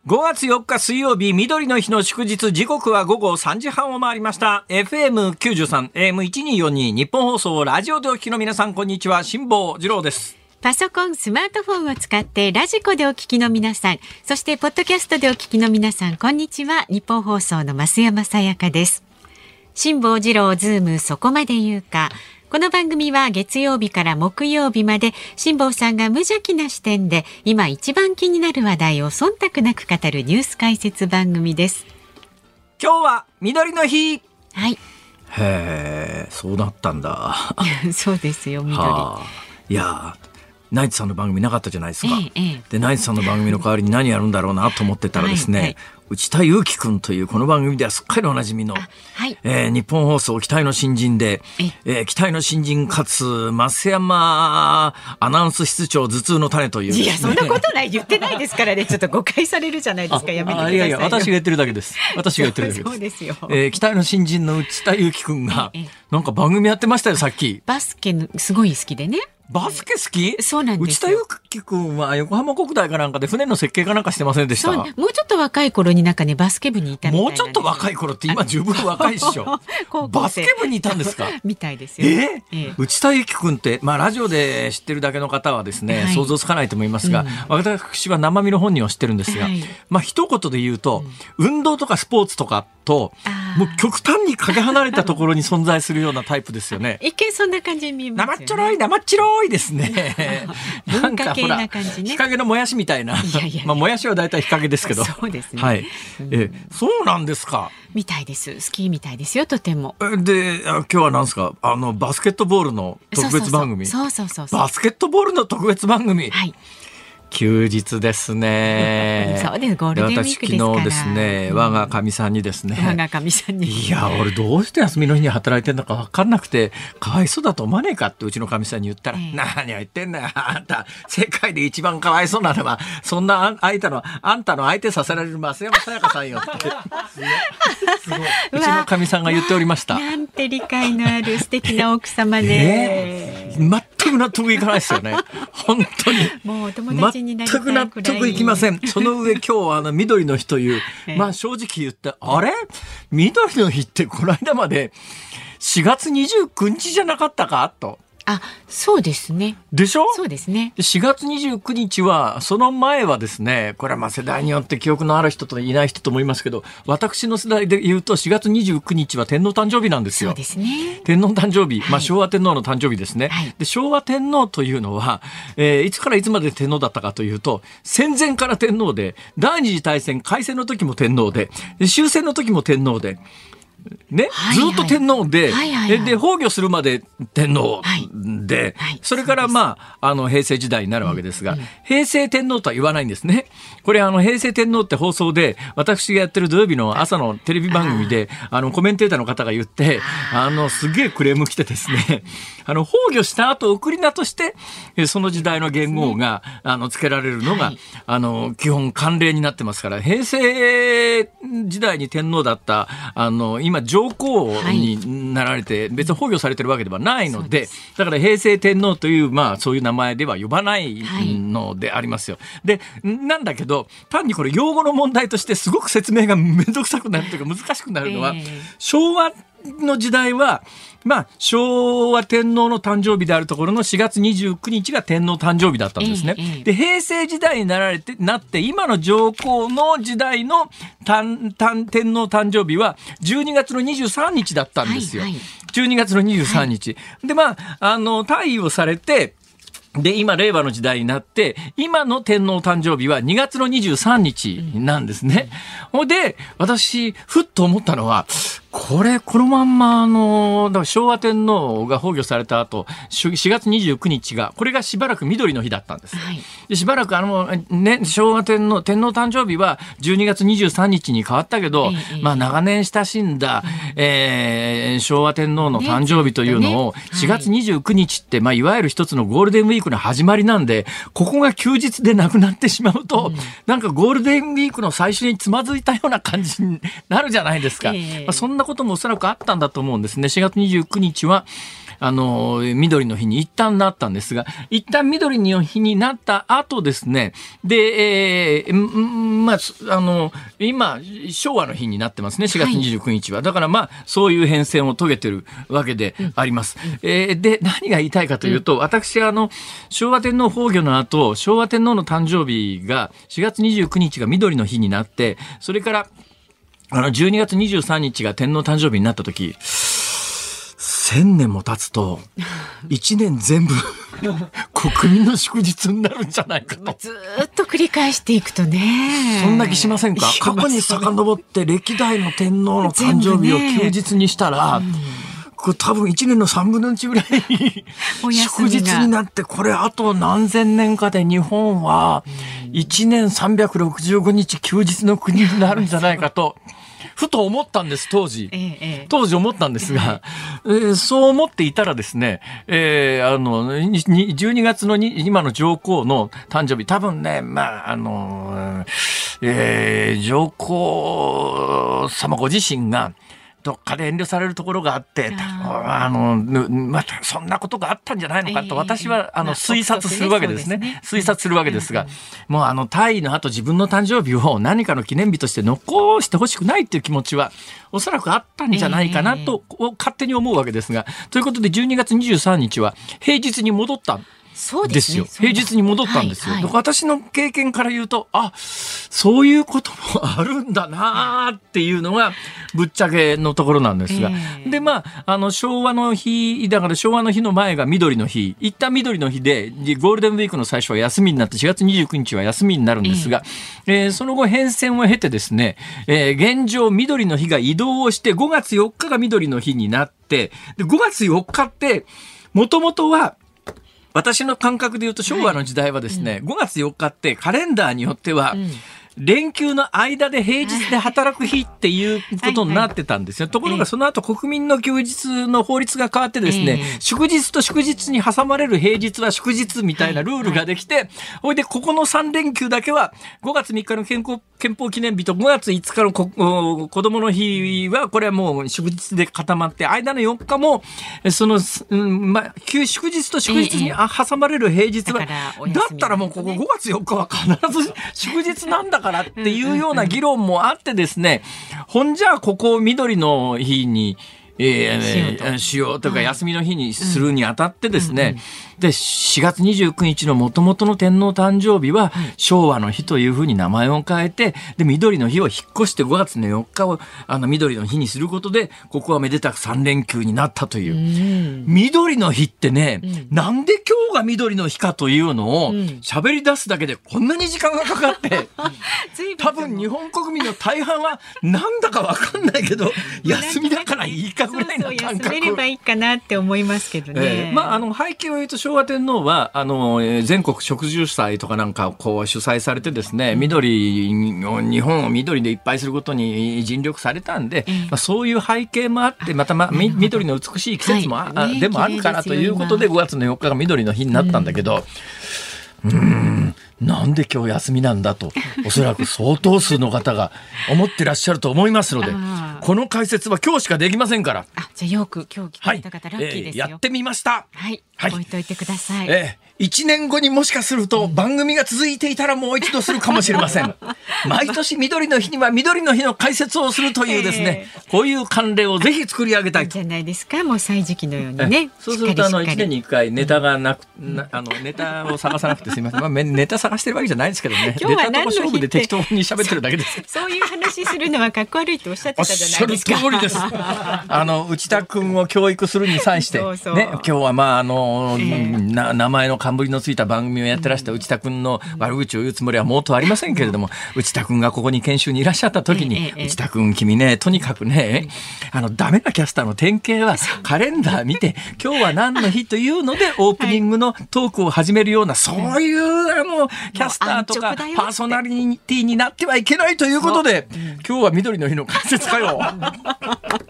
5月4日水曜日、緑の日の祝日、時刻は午後3時半を回りました。FM93、AM1242、日本放送、ラジオでお聞きの皆さん、こんにちは。辛坊治郎です。 パソコン、スマートフォンを使ってラジコでお聞きの皆さん、そしてポッドキャストでお聞きの皆さん、こんにちは。日本放送の増山さやかです。辛坊治郎ズームそこまで言うか。この番組は月曜日から木曜日まで辛坊さんが無邪気な視点で今一番気になる話題を忖度なく語るニュース解説番組です。 今日は緑の日。 はい。 へー、そうだったんだ。 そうですよ、緑。 いやナイツさんの番組なかったじゃないですか。でナイツさんの番組の代わりに何やるんだろうなと思ってたらですね、内田裕樹くんというこの番組ではすっかりおなじみの、日本放送期待の新人で、期待の新人かつ増山アナウンス室長頭痛の種という、 いやそんなことない、言ってないですからね。ちょっと誤解されるじゃないですか。やめてくださいよ。 いや私が言ってるだけです。 そうですよ。 期待の新人の内田裕樹くんが、なんか番組やってましたよ、さっき。 バスケのすごい好きでね。 バスケ好き？ そうなんですよ。 内田裕樹くんは横浜国大かなんかで船の設計かなんかしてませんでした？ もうちょっと若い頃になんかね、バスケ部にいたみたいな。 もうちょっと若い頃って今十分若いっしょ。バスケ部にいたんですか？ みたいですよ。 内田裕樹くんって、ラジオで知ってるだけの方はですね、想像つかないと思いますが、私は生身の本人を知ってるんですが、一言で言うと、運動とかスポーツとかともう極端にかけ離れたところに存在するようなタイプですよね。 一見そんな感じに見えますよね。 生っちょろいですね。 文化系な感じね。 日陰のもやしみたいな。もやしはだいたい日陰ですけど。 そうですね。 はい。そうなんですか。 みたいです。好きみたいですよ、とても。 で、今日は何ですか、バスケットボールの特別番組。 そう。 バスケットボールの特別番組。 はい。 休日ですね。 そうです。ゴールデンウィークですから。 私昨日ですね、我が神さんにですね。 我が神さんに。 いや、俺どうして休みの日に働いてんのか分かんなくて、かわいそうだと思わねえかってうちの神さんに言ったら、何を言ってんだよ。あんた、世界で一番かわいそうなのは、そんなあんたの相手させられる増山さやかさんよって。すごい。うちの神さんが言っておりました。 なんて理解のある素敵な奥様で。 全く納得いかないですよね。本当に。 もうお友達になりたいくらい。 全く納得いきません。その上今日は緑の日という、正直言って、あれ緑の日ってこの間まで4月29日じゃなかったかと。 そうですね。 でしょ？ そうですね。 4月29日は、その前はですね、これは世代によって記憶のある人といない人と思いますけど、私の世代で言うと4月29日は天皇誕生日なんですよ。 そうですね。 天皇誕生日、昭和天皇の誕生日ですね。で、昭和天皇というのは、いつからいつまで天皇だったかというと、戦前から天皇で、第二次大戦開戦の時も天皇で、終戦の時も天皇で、ね、ずっと天皇で、で崩御するまで天皇で、それから平成時代になるわけですが、平成天皇とは言わないんですね。これ平成天皇って放送で私がやってる土曜日の朝のテレビ番組でコメンテーターの方が言ってすげえクレーム来てですね、崩御した後送り名としてその時代の元号が付けられるのが、基本慣例になってますから、平成時代に天皇だった今上皇になられて別に崩御されてるわけではないので、だから平成天皇というそういう名前では呼ばないのでありますよ。でなんだけど、単にこれ用語の問題としてすごく説明がめんどくさくなるというか難しくなるのは、昭和の時代は昭和天皇の誕生日であるところの4月29日が天皇誕生日だったんですね。で平成時代になって今の上皇の時代の天皇誕生日は12月の23日だったんですよ。12月の23日。で退位をされて、で今令和の時代になって今の天皇誕生日は2月の23日なんですね。で私ふっと思ったのは、このまんまだから昭和天皇が崩御された後4月29日がこれがしばらく緑の日だったんです。でしばらく昭和天皇誕生日は12月23日に変わったけど、長年親しんだ、昭和天皇の誕生日というのを4月29日って、いわゆる一つのゴールデンウィークの始まりなんで、ここが休日でなくなってしまうと、なんかゴールデンウィークの最初につまずいたような感じになるじゃないですか。そんなこともおそらくあったんだと思うんですね。4月29日は緑の日に一旦なったんですが、一旦緑の日になった後ですね、で、今、昭和の日になってますね、4月29日は。だからそういう変遷を遂げてるわけであります。で、何が言いたいかというと、私、昭和天皇崩御の後、昭和天皇の誕生日が4月29日が緑の日になって、それから12月23日が天皇誕生日になった時、1000年も経つと1年全部国民の祝日になるんじゃないかと。 ずっと繰り返していくとね。 そんな気しませんか？過去に遡って歴代の天皇の誕生日を休日にしたら、これ多分1年の3分の1ぐらい祝日になって、これあと何千年かで日本は1年365日休日の国になるんじゃないかとふと思ったんです、当時思ったんですが、そう思っていたらですね、12月の今の上皇の誕生日、多分ね、上皇様ご自身がどっかで遠慮されるところがあって、そんなことがあったんじゃないのかと私は推察するわけですね。推察するわけですが、もう退位の後自分の誕生日を何かの記念日として残してほしくないっていう気持ちはおそらくあったんじゃないかなと勝手に思うわけですが、ということで12月23日は平日に戻ったですよ。平日に戻ったんですよ。だから私の経験から言うと、そういうこともあるんだなっていうのがぶっちゃけのところなんですが、で昭和の日だから、昭和の日の前が緑の日、一旦緑の日でゴールデンウィークの最初は休みになって4月29日は休みになるんですが、その後変遷を経てですね、現状緑の日が移動をして5月4日が緑の日になって、で5月4日ってもともとは私の感覚で言うと昭和の時代はですね、5月4日ってカレンダーによっては、連休の間で平日で働く日っていうことになってたんですよ。ところがその後国民の休日の法律が変わってですね、祝日と祝日に挟まれる平日は祝日みたいなルールができて、ほいでここの3連休だけは5月3日の憲法記念日と5月5日の子供の日はこれはもう祝日で固まって、間の4日もその、祝日と祝日に挟まれる平日はだったらもうここ5月4日は必ず祝日なんだからっていうような議論もあってですね、ほんじゃあここを緑の日にしようとか休みの日にするにあたってですね、で4月29日の元々の天皇誕生日は昭和の日というふうに名前を変えて、で緑の日を引っ越して5月の4日を緑の日にすることで、ここはめでたく3連休になったという、緑の日ってね、なんで今日が緑の日かというのを喋り出すだけでこんなに時間がかかって多分日本国民の大半はなんだか分かんないけど休みだからいいかぐらいの感覚。 休めればいいかなって思いますけどね。 背景を言うと昭和天皇は全国植樹祭とかなんかを主催されてですね、日本を緑でいっぱいすることに尽力されたんで、そういう背景もあって、また緑の美しい季節もでもあるからということで5月の4日が緑の日になったんだけど、なんで今日休みなんだとおそらく相当数の方が思ってらっしゃると思いますので、この解説は今日しかできませんから。 じゃあよく今日聞かれた方、ラッキーですよ。 やってみました。 覚えておいてください。 1年後にもしかすると番組が続いていたらもう一度するかもしれません。毎年緑の日には緑の日の解説をするというですね、こういう慣例をぜひ作り上げたいと。 じゃないですか、もう歳時記のようにね。 そうすると1年に1回ネタがネタを探さなくてすみません。ネタ探してるわけじゃないですけどね。ネタと勝負で適当に喋ってるだけです。 そういう話するのはかっこ悪いとおっしゃってたじゃないですか。 おっしゃる通りです。内田君を教育するに際してね、今日は名前の冠のついた番組をやってらした内田君の悪口を言うつもりはもうとありませんけれども、内田君がここに研修にいらっしゃった時に、内田君君ね、とにかくね、ダメなキャスターの典型はカレンダー見て今日は何の日というのでオープニングのトークを始めるような、そういうキャスターとかパーソナリティになってはいけないということで、今日は緑の日の解説かよ。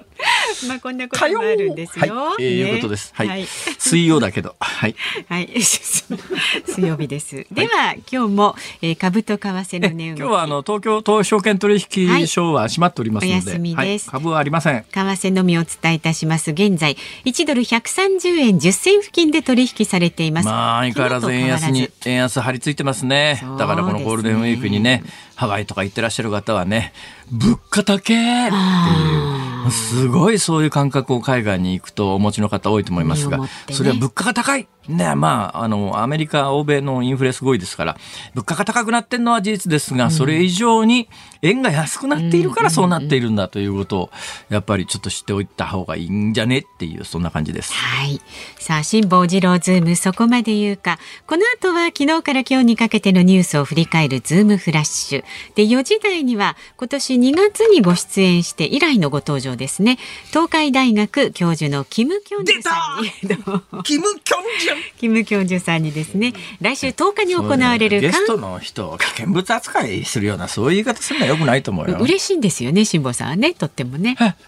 まあこんなこともあるんですよ。 はい、いうことです。はい。水曜だけど。はい。 はい。水曜日です。では、今日も、株と為替の値動き。 今日は東京東証券取引所は閉まっておりますので、 お休みです。 株はありません。 為替のみをお伝えいたします。現在1ドル130円10銭付近で取引されています。 まあ相変わらず円安張り付いてますね。だからこのゴールデンウィークにね、ハワイとか行ってらっしゃる方はね、物価高っていうすごいそういう感覚を海外に行くとお持ちの方多いと思いますが、それは物価が高いね。まあアメリカ欧米のインフレすごいですから物価が高くなってるのは事実ですが、それ以上に円が安くなっているからそうなっているんだということをやっぱりちょっと知っておいた方がいいんじゃねっていう、そんな感じです。 はい。さあ、辛坊治郎ズームそこまで言うか。この後は昨日から今日にかけてのニュースを振り返るズームフラッシュで、4時台には今年2月にご出演して以来のご登場ですね。東海大学教授のキム・キョンジュさんにキム・キョンジュさんにですね、来週10日に行われるゲストの人を危険物扱いするようなそういう言い方するのは良くないと思うよ。 嬉しいんですよね、辛坊さんはね、とってもね。はい、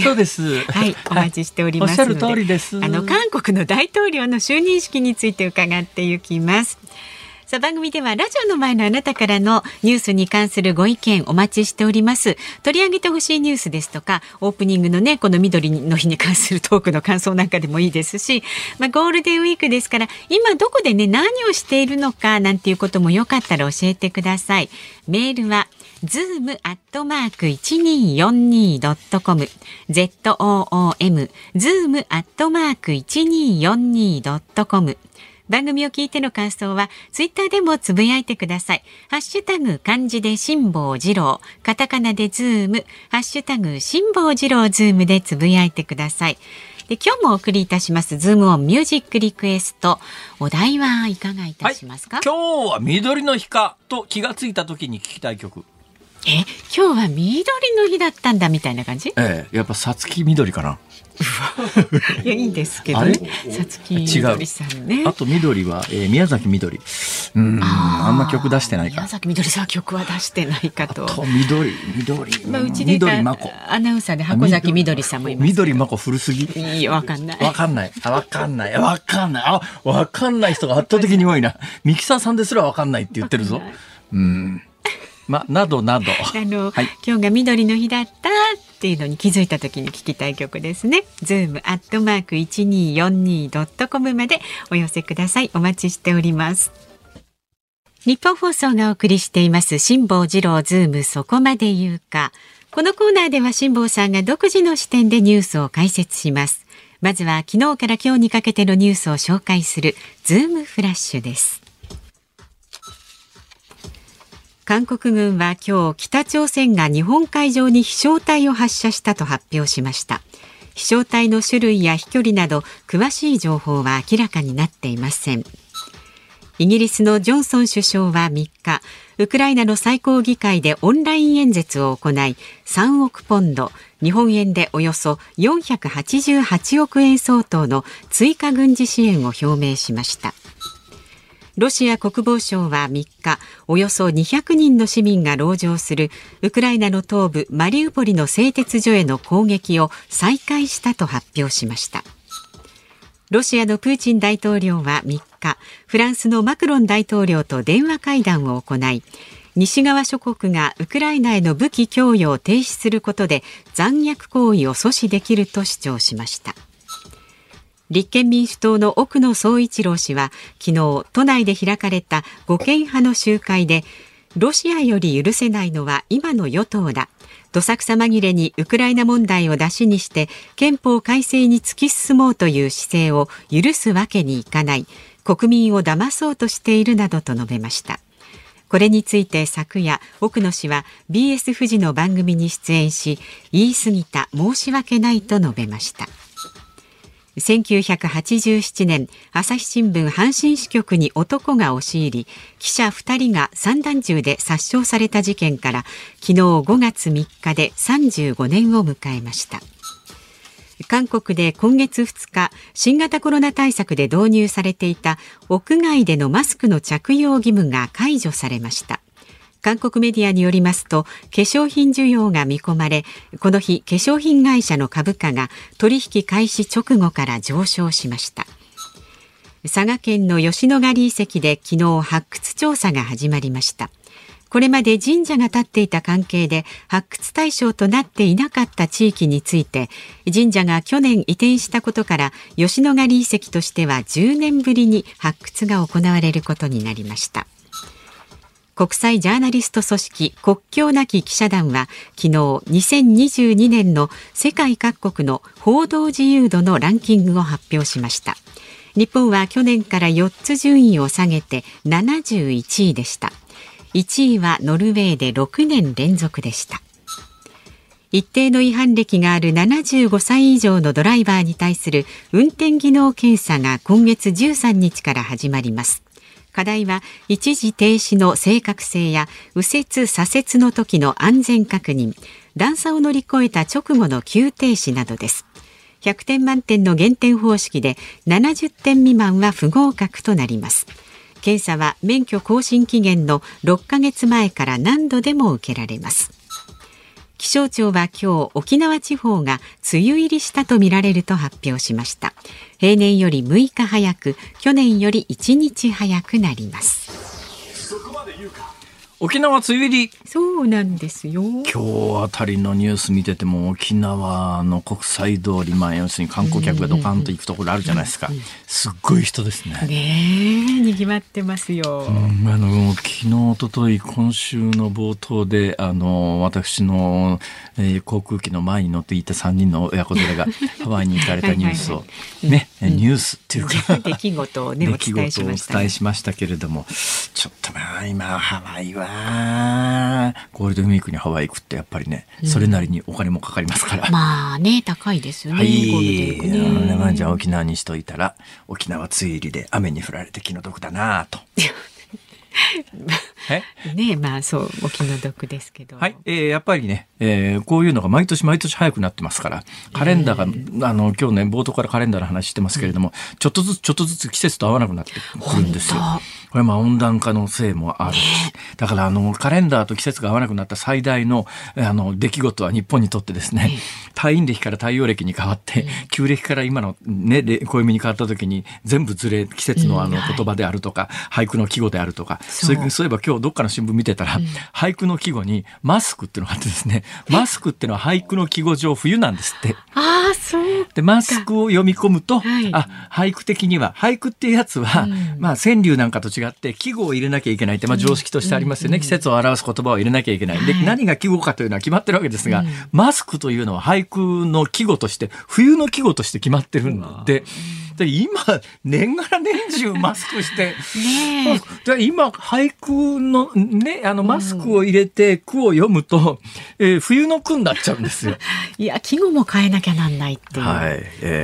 そうです。 はい、お待ちしておりますので、 おっしゃる通りです。 韓国の大統領の就任式について伺っていきます。さあ、番組ではラジオの前のあなたからのニュースに関するご意見お待ちしております。取り上げてほしいニュースですとか、オープニングのね、この緑の日に関するトークの感想なんかでもいいですし、ゴールデンウィークですから今どこでね何をしているのかなんていうこともよかったら教えてください。メールはzoom@1242.com zoom zoom@1242.com。番組を聞いての感想はツイッターでもつぶやいてください。ハッシュタグ漢字で辛坊治郎、カタカナでズーム、ハッシュタグ辛坊治郎ズームでつぶやいてください。で、今日もお送りいたしますズームオンミュージックリクエスト、お題はいかがいたしますか？ はい、今日は緑の日かと気がついた時に聞きたい曲。 今日は緑の日だったんだみたいな感じ？ やっぱさつき緑かな。 いや、いいんですけどね。さつき緑さんね。 あと緑は、宮崎緑。あんま曲出してないか。 宮崎緑さんは曲は出してないかと。 あと緑。 まあ、うちでアナウンサーで箱崎緑さんもいます。 緑まこ古すぎ。 いい、わかんない。 わかんない。わかんない人が圧倒的に多いな。ミキサーさんですらわかんないって言ってるぞ。などなど。 今日が緑の日だったっていうのに気づいた時に聞きたい曲ですね。zoom@1242.com までお寄せください。お待ちしております。日本放送がお送りしています辛坊治郎ズームそこまで言うか。このコーナーでは辛坊さんが独自の視点でニュースを解説します。まずは昨日から今日にかけてのニュースを紹介するズームフラッシュです。韓国軍は今日、北朝鮮が日本海上に飛翔体を発射したと発表しました。飛翔体の種類や飛距離など詳しい情報は明らかになっていません。イギリスのジョンソン首相は3日、ウクライナの最高議会でオンライン演説を行い、3億ポンド、日本円でおよそ488億円相当の追加軍事支援を表明しました。ロシア国防省は3日、およそ200人の市民が籠城するウクライナの東部マリウポリの製鉄所への攻撃を再開したと発表しました。ロシアのプーチン大統領は3日、フランスのマクロン大統領と電話会談を行い、西側諸国がウクライナへの武器供与を停止することで残虐行為を阻止できると主張しました。立憲民主党の奥野総一郎氏は昨日都内で開かれた護憲派の集会で、ロシアより許せないのは今の与党だ、どさくさ紛れにウクライナ問題を出しにして憲法改正に突き進もうという姿勢を許すわけにいかない、国民を騙そうとしているなどと述べました。これについて昨夜、奥野氏は BS フジの番組に出演し、言い過ぎた、申し訳ないと述べました。1987年、朝日新聞阪神支局に男が押し入り、記者2人が散弾銃で殺傷された事件から昨日5月3日で35年を迎えました。韓国で今月2日、新型コロナ対策で導入されていた屋外でのマスクの着用義務が解除されました。 韓国メディアによりますと、化粧品需要が見込まれ、この日化粧品会社の株価が取引開始直後から上昇しました。佐賀県の吉野ヶ里遺跡で昨日発掘調査が始まりました。これまで神社が建っていた関係で発掘対象となっていなかった地域について、神社が去年移転したことから吉野ヶ里遺跡としては10年ぶりに発掘が行われることになりました。国際ジャーナリスト組織国境なき記者団は昨日2022年の世界各国の報道自由度のランキングを発表しました。日本は去年から4つ順位を下げて71位でした。1位はノルウェーで6年連続でした。一定の違反歴がある75歳以上のドライバーに対する運転技能検査が今月13日から始まります。課題は一時停止の正確性や右折左折の時の安全確認、段差を乗り越えた直後の急停止などです。100点満点の減点方式で70点未満は不合格となります。検査は免許更新期限の6ヶ月前から何度でも受けられます。気象庁は今日沖縄地方が梅雨入りしたとみられると発表しました。平年より6日早く、去年より1日早くなります。 沖縄梅雨入り。 そうなんですよ。 今日あたりのニュース見てても沖縄の国際通り、要するに観光客がドカンと行くところあるじゃないですか。すっごい人ですね。 にぎわってますよ。 昨日おととい今週の冒頭で私の、航空機の前に乗っていた3人の親子連れがハワイに行かれたニュースをニュースっていうか出来事をねお伝えしました、 お伝えしましたけれども、ちょっと今ハワイはゴールデンウィークにハワイ行くってやっぱりね、それなりにお金もかかりますから、 まあね、高いですよね、 はい、 ゴールデンウィークね。 じゃあ沖縄にしといたら沖縄梅雨入りで雨に降られて気の毒だなとね、そうお気の毒ですけど、 はい、やっぱりね、こういうのが毎年毎年早くなってますから、カレンダーが、今日ね冒頭からカレンダーの話してますけれども、ちょっとずつ季節と合わなくなってくるんですよ。これは温暖化のせいもあるし、だからカレンダーと季節が合わなくなった最大の出来事は日本にとってですね、太陰暦から太陽暦に変わって、旧暦から今のね暦に変わった時に全部ずれ、季節の言葉であるとか、俳句の季語であるとか、そういえば今日どっかの新聞見てたら、俳句の季語にマスクっていうのがあってですね、マスクっていうのは俳句の季語上冬なんですって。 そうでマスクを読み込むと、俳句的には、俳句っていうやつは、川柳なんかと違って季語を入れなきゃいけないって、常識としてありますよね。季節を表す言葉を入れなきゃいけない。で、何が季語かというのは決まってるわけですが、マスクというのは俳句の季語として、冬の季語として決まってるんで、今年がら年中マスクして今俳句のねマスクを入れて句を読むと、冬の句になっちゃうんですよ。 いや、季語も変えなきゃなんないっていう、 はい、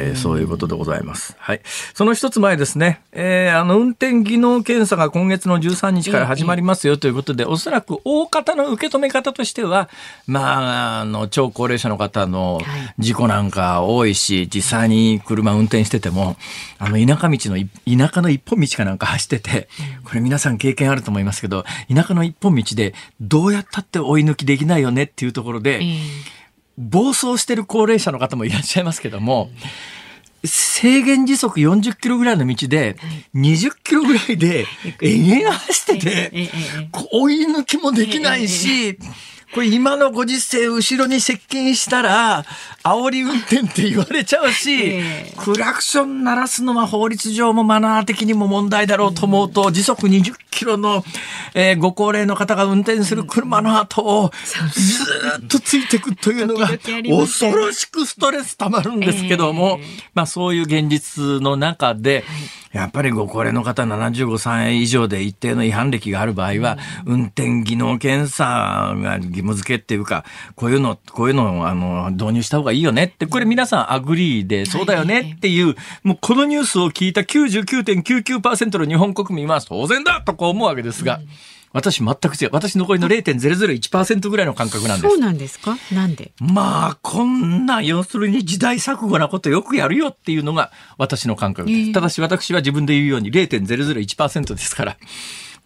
そういうことでございます。はい、その一つ前ですね、運転技能検査が今月の13日から始まりますよということで、おそらく大方の受け止め方としては、超高齢者の方の事故なんか多いし、実際に車運転してても田舎の一本道かなんか走ってて、これ皆さん経験あると思いますけど、田舎の一本道でどうやったって追い抜きできないよねっていうところで、暴走してる高齢者の方もいらっしゃいますけども、制限時速40キロぐらいの道で20キロぐらいで延々走ってて、追い抜きもできないし、これ今のご時世後ろに接近したら煽り運転って言われちゃうし、クラクション鳴らすのは法律上もマナー的にも問題だろうと思うと、時速20キロの、ご高齢の方が運転する車の後をずっとついていくというのが恐ろしくストレスたまるんですけども、そういう現実の中で、やっぱりご高齢の方75歳以上で一定の違反歴がある場合は、運転技能検査が義務付けっていうか、こういうのを導入した方がいいよねって、これ皆さんアグリーでそうだよねっていう、もうこのニュースを聞いた 99.99% の日本国民は当然だとこう思うわけですが、私全く違う。私残りの 0.001% ぐらいの感覚なんです。 そうなんですか？なんで？ こんな要するに時代錯誤なことよくやるよっていうのが私の感覚です。ただし私は自分で言うように 0.001% ですから、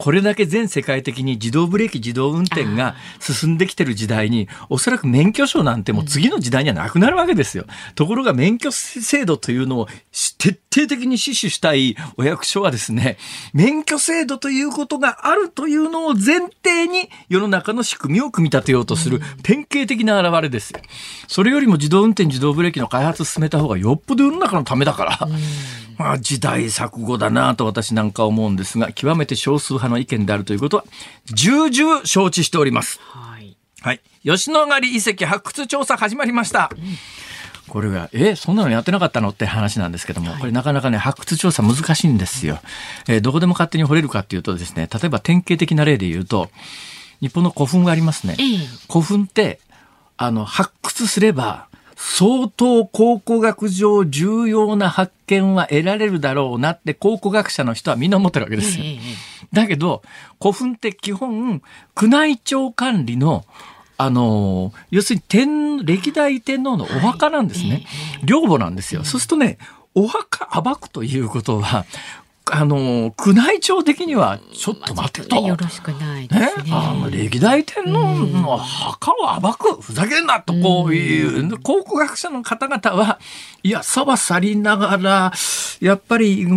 これだけ全世界的に自動ブレーキ自動運転が進んできてる時代に、おそらく免許証なんてもう次の時代にはなくなるわけですよ。ところが免許制度というのを徹底的に死守したいお役所はですね、免許制度ということがあるというのを前提に世の中の仕組みを組み立てようとする典型的な表れですよ。それよりも自動運転自動ブレーキの開発を進めた方がよっぽど世の中のためだから、まあ、時代錯誤だなと私なんか思うんですが、極めて少数派の意見であるということは重々承知しております。はい、はい、吉野ヶ里遺跡発掘調査始まりました。これはそんなのやってなかったのって話なんですけども、これなかなかね発掘調査難しいんですよ。どこでも勝手に掘れるかっていうとですね、例えば典型的な例で言うと日本の古墳がありますね。古墳って発掘すれば相当考古学上重要な発見は得られるだろうなって考古学者の人はみんな思ってるわけですよ。だけど古墳って基本宮内庁管理の要するに歴代天皇のお墓なんですね。陵墓なんですよ。そうするとね、お墓暴くということは宮内庁的にはちょっと待てと、 よろしくないですね。 歴代天皇の墓を暴く、ふざけんなとこういう考古学者の方々はいやさばさりながらやっぱり例えば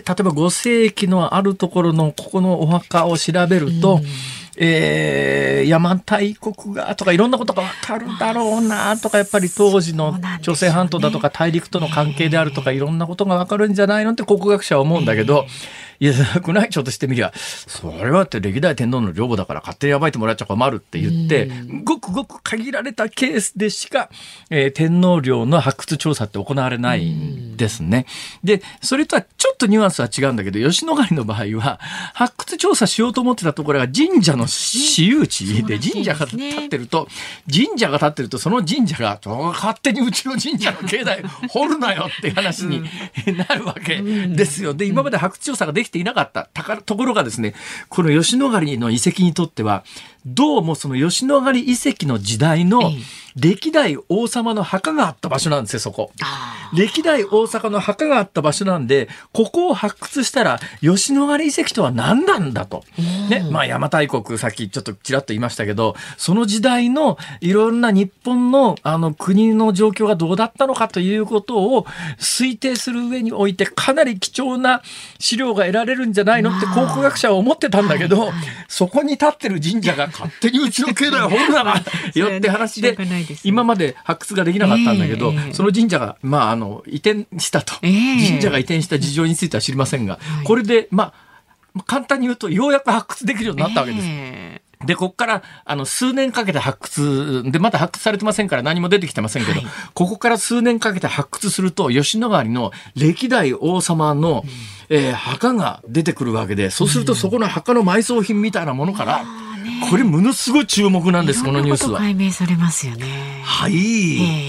5世紀のあるところのここのお墓を調べると、邪馬台国がとかいろんなことがわかるだろうなとか、やっぱり当時の朝鮮半島だとか大陸との関係であるとかいろんなことがわかるんじゃないのって考古学者は思うんだけど、いや宮内庁としてみりゃそれはって歴代天皇の陵墓だから勝手に暴いてもらっちゃ困るって言って、ごくごく限られたケースでしか、天皇陵の発掘調査って行われないんですね。でそれとはちょっとニュアンスは違うんだけど、吉野ヶ里の場合は発掘調査しようと思ってたところが神社の私有地で、神社が建ってるとその神社が勝手にうちの神社の境内掘るなよって話になるわけですよ。で今まで発掘調査ができていなかったところがですね、この吉野ヶ里の遺跡にとってはどうもその吉野ヶ里遺跡の時代の歴代王様の墓があった場所なんですよ。そこ歴代王様の墓があった場所なんで、ここを発掘したら吉野ヶ里遺跡とは何なんだと、ね、邪馬台国さっきちょっとちらっと言いましたけど、その時代のいろんな日本の国の状況がどうだったのかということを推定する上においてかなり貴重な資料が得られるんじゃないのって考古学者は思ってたんだけど、そこに立ってる神社が勝手にうちの境内を掘るならよって話で今まで発掘ができなかったんだけど、その神社が移転したと、神社が移転した事情については知りませんが、これで簡単に言うとようやく発掘できるようになったわけです。でここから数年かけて発掘で、まだ発掘されてませんから何も出てきてませんけど、ここから数年かけて発掘すると吉野ヶ里の歴代王様の、墓が出てくるわけで、そうするとそこの墓の埋葬品みたいなものから、これものすごい注目なんです。このニュースは解明されますよね。 はい、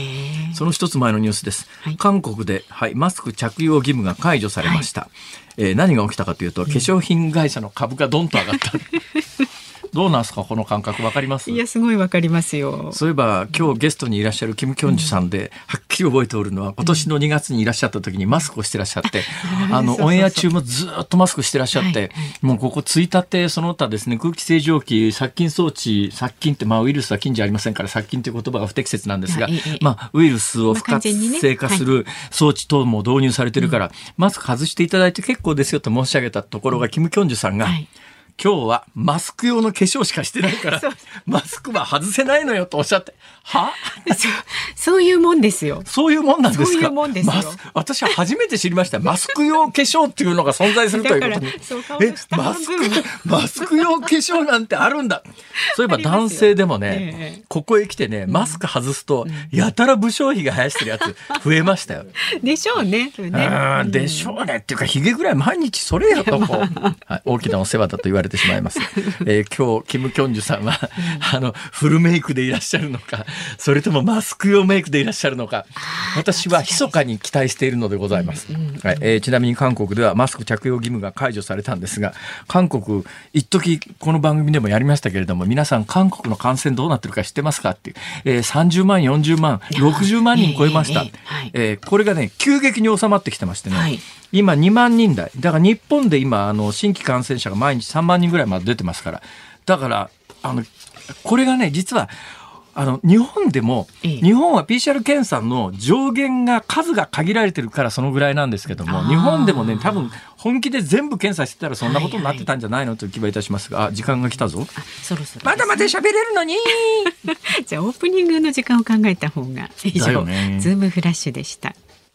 その一つ前のニュースです。韓国で、マスク着用義務が解除されました。何が起きたかというと、化粧品会社の株がドンと上がったどうなんですかこの感覚、わかります？ いやすごいわかりますよ。 そういえば今日ゲストにいらっしゃるキム・キョンジュさんで、はっきり覚えておるのは今年の2月にいらっしゃった時にマスクをしてらっしゃって、オンエア中もずっとマスクしてらっしゃって、もうここついたてその他ですね、空気清浄機殺菌装置、殺菌ってウイルスは菌じゃありませんから殺菌という言葉が不適切なんですが、ウイルスを不活性化する装置等も導入されてるから、マスク外していただいて結構ですよと申し上げたところが、キム・キョンジュさんが、今日はマスク用の化粧しかしてないからマスクは外せないのよとおっしゃって、 そういうもんですよ。 そういうもんなんですか。 そういうもんですよ。 私は初めて知りました。マスク用化粧っていうのが存在するということに。マスク用化粧なんてあるんだ。そういえば男性でもね、ここへ来てね、マスク外すとやたら不祥髭生やしてるやつ増えましたよ。 でしょうね。 でしょうねっていうか、髭ぐらい毎日それよとこう、大きなお世話だと言われてしまいます。今日キム・キョンジュさんはフルメイクでいらっしゃるのか、それともマスク用メイクでいらっしゃるのか、私は密かに期待しているのでございます。ちなみに韓国ではマスク着用義務が解除されたんですが、韓国一時この番組でもやりましたけれども、皆さん韓国の感染どうなってるか知ってますかっていう、30万40万60万人超えました。これがね急激に収まってきてましてね、 今2万人台。だから日本で今、新規感染者が毎日3万人ぐらいまで出てますから。だから、これがね、実は、日本でも、日本は PCR 検査の上限が数が限られてるからそのぐらいなんですけども、日本でもね、多分本気で全部検査してたらそんなことになってたんじゃないのという気はいたしますが、時間が来たぞ。 そろそろ、 まだまだ喋れるのにじゃあオープニングの時間を考えた方が以上、ズームフラッシュでした。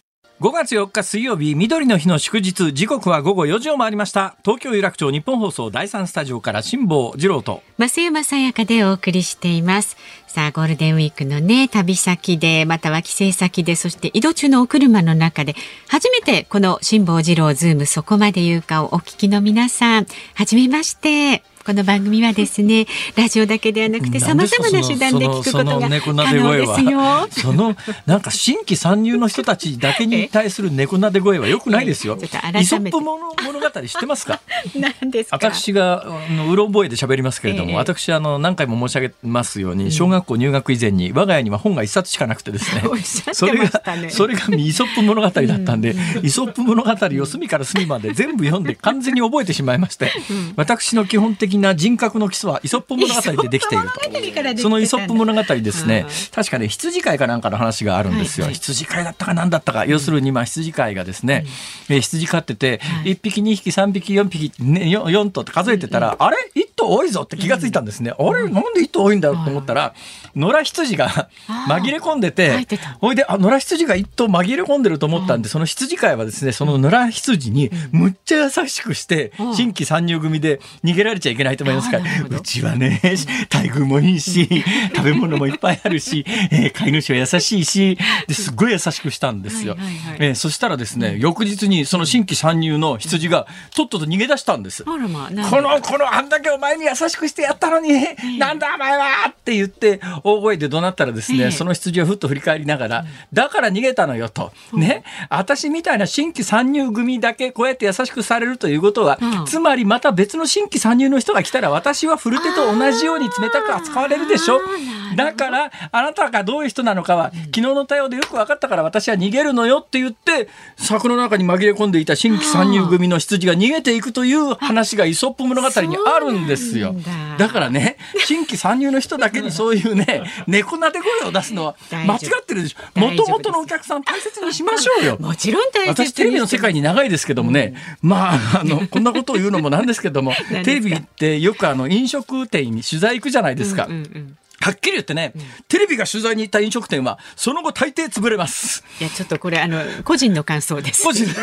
5月4日水曜日、緑の日の祝日、時刻は午後4時を回りました。東京有楽町日本放送第3スタジオから辛坊治郎と増山さやかでお送りしています。さあ、ゴールデンウィークのね、旅先で、または帰省先で、そして移動中のお車の中で、初めてこの辛坊治郎ズームそこまで言うかをお聞きの皆さん、はじめまして。この番組はですね、ラジオだけではなくて様々な手段で聞くことが可能ですよ。 なんか新規参入の人たちだけに対する猫なで声は良くないですよ。イソップ物語知ってますか？ 何ですか？ 私がうろ覚えで喋りますけれども、私何回も申し上げますように、小学校入学以前に我が家には本が一冊しかなくてですね、それがイソップ物語だったんで、イソップ物語を隅から隅まで全部読んで完全に覚えてしまいまして、私の基本的な人格の基礎はイソップ物語でできていると。そのイソップ物語ですね、確かね、羊飼いかなんかの話があるんですよ。羊飼いだったか何だったか、要するに羊飼いがですね、羊飼ってて1匹2匹3匹4匹、ね、4頭って数えてたら、あれ1頭多いぞって気がついたんですね。あれなんで1頭多いんだろうと思ったら、野良羊が紛れ込んでて、ほいで野良羊が1頭紛れ込んでると思ったんで、その羊飼いはですね、その野良羊にむっちゃ優しくして、新規参入組で逃げられちゃいけないと思いますから、うちはね、待遇もいいし、食べ物もいっぱいあるし、飼い主は優しいし、ですごい優しくしたんですよ。そしたらですね、翌日にその新規参入の羊がとっとと逃げ出したんです。このあんだけお前に優しくしてやったのに、なんだお前はって言って大声で怒鳴ったらですね、その羊はふっと振り返りながら、だから逃げたのよと、ね、私みたいな新規参入組だけこうやって優しくされるということは、つまりまた別の新規参入の人が来たら、私は古手と同じように冷たく扱われるでしょ。だからあなたがどういう人なのかは昨日の対応でよく分かったから、私は逃げるのよって言って、柵の中に紛れ込んでいた新規参入組の羊が逃げていくという話がイソップ物語にあるんですよ。だからね、新規参入の人だけにそういうね、猫なで声を出すのは間違ってるでしょ。もともとのお客さん大切にしましょうよ。 もちろん大切に。 私テレビの世界に長いですけどもね、こんなことを言うのもなんですけども、テレビってよく飲食店に取材行くじゃないですか。はっきり言ってね、テレビが取材に行った飲食店はその後大抵潰れます。 いや、ちょっとこれ個人の感想です。 個人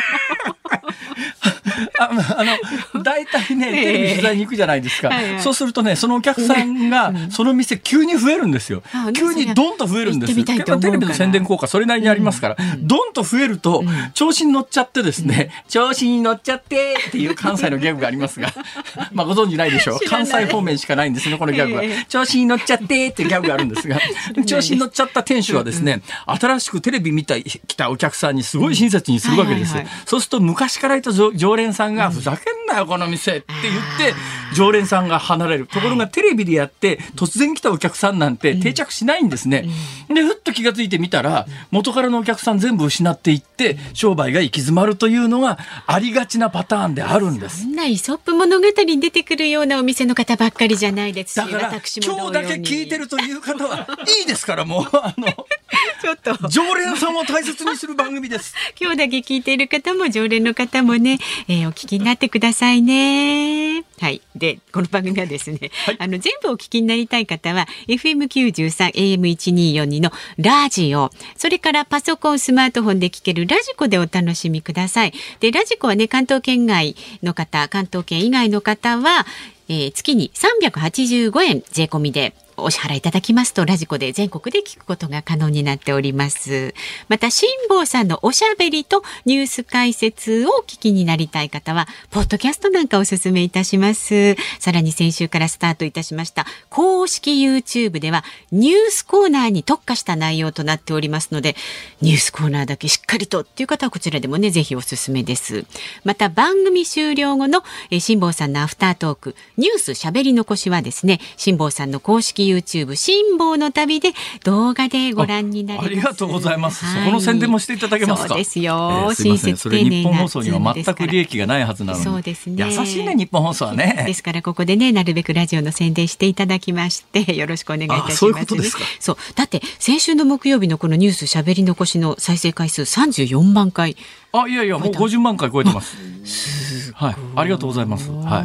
大体ね、テレビ取材に行くじゃないですか。そうするとね、そのお客さんがその店急に増えるんですよ。急にドンと増えるんですよ。テレビの宣伝効果それなりにありますから、ドンと増えると調子に乗っちゃってですね、調子に乗っちゃってっていう関西のギャグがありますが、ご存知ないでしょう。関西方面しかないんですね、このギャグは。調子に乗っちゃってっていうギャグがあるんですが、調子に乗っちゃった店主はですね、新しくテレビ見た来たお客さんにすごい親切にするわけです。そうすると昔からいた常連さんが、ふざけんなよこの店って言って常連さんが離れる。ところがテレビでやって突然来たお客さんなんて定着しないんですね。でふっと気がついてみたら、元からのお客さん全部失っていって商売が行き詰まるというのがありがちなパターンであるんです。 そんなイソップ物語に出てくるようなお店の方ばっかりじゃないですし、 だから今日だけ聞いてるという方はいいですから、もうちょっと常連さんを大切にする番組です。 今日だけ聞いている方も常連の方もね、お聞きになってくださいね。はい。で、この番組はですね、全部お聞きになりたい方は FM93 AM1242 のラジオ、それからパソコンスマートフォンで聞けるラジコでお楽しみください。で、ラジコはね、関東圏外の方、関東圏以外の方は、月に385円税込みでお支払いいただきますと、ラジコで全国で聞くことが可能になっております。また辛坊さんのおしゃべりとニュース解説をお聞きになりたい方はポッドキャストなんかおすすめいたします。さらに先週からスタートいたしました公式 YouTube ではニュースコーナーに特化した内容となっておりますので、ニュースコーナーだけしっかりとっていう方はこちらでもね、ぜひおすすめです。また番組終了後の辛坊さんのアフタートークニュースしゃべり残しはですね、辛坊さんの公式 YouTube 辛坊の旅で動画でご覧になれます。 ありがとうございます、はい、そこの宣伝もしていただけますか。 そうですよ、 すいません、 親切丁寧なそれ日本放送には全く利益がないはずなのに。 そうですね、 優しいね日本放送はね。 ですからここでね、なるべくラジオの宣伝していただきましてよろしくお願いいたします。 そういうことですか。 そうだって先週の木曜日のこのニュースしゃべり残しの再生回数34万回。 いやいやもう50万回超えてます。はい、ありがとうございます。はい、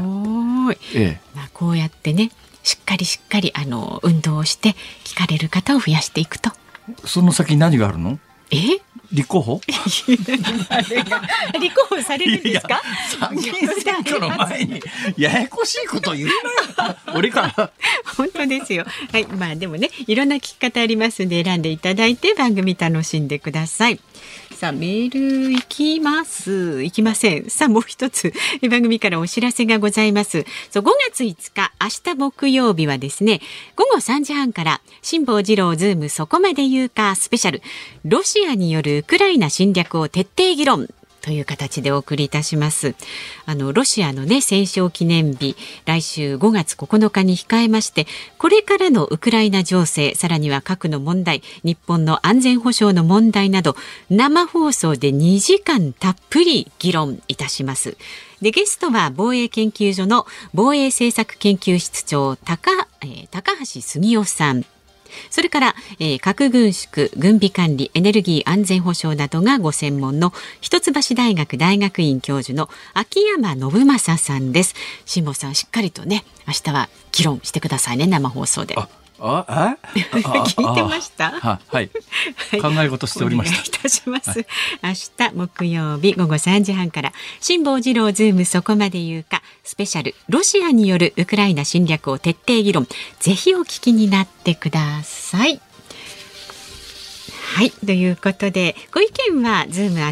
こうやってねしっかり運動をして聞かれる方を増やしていくと。 その先何があるの？立候補？ 立候補されるんですか？ 参議院選挙の前にややこしいこと言うなよ俺から本当ですよ。はい、まあでもねいろんな聞き方ありますんで選んでいただいて番組楽しんでください。さあメールいきません。さあもう一つ番組からお知らせがございます。そう5月5日明日木曜日はですね午後3時半から辛坊治郎ズームそこまで言うかスペシャル、ロシアによるウクライナ侵略を徹底議論という形でお送りいたします。ロシアのね戦勝記念日来週5月9日に控えまして、これからのウクライナ情勢、さらには核の問題、日本の安全保障の問題など生放送で2時間たっぷり議論いたします。でゲストは防衛研究所の防衛政策研究室長高橋杉雄さん、それから、核軍縮、軍備管理、エネルギー安全保障などがご専門の一橋大学大学院教授の秋山信正さんです。辛坊さんしっかりとね明日は議論してくださいね、生放送で。聞いてました？ はい、考え事しておりました。 お願いいたします。明日木曜日午後3時半から辛坊治郎ズームそこまで言うかスペシャル、ロシアによるウクライナ侵略を徹底議論、ぜひお聞きになってください。はい、ということでご意見は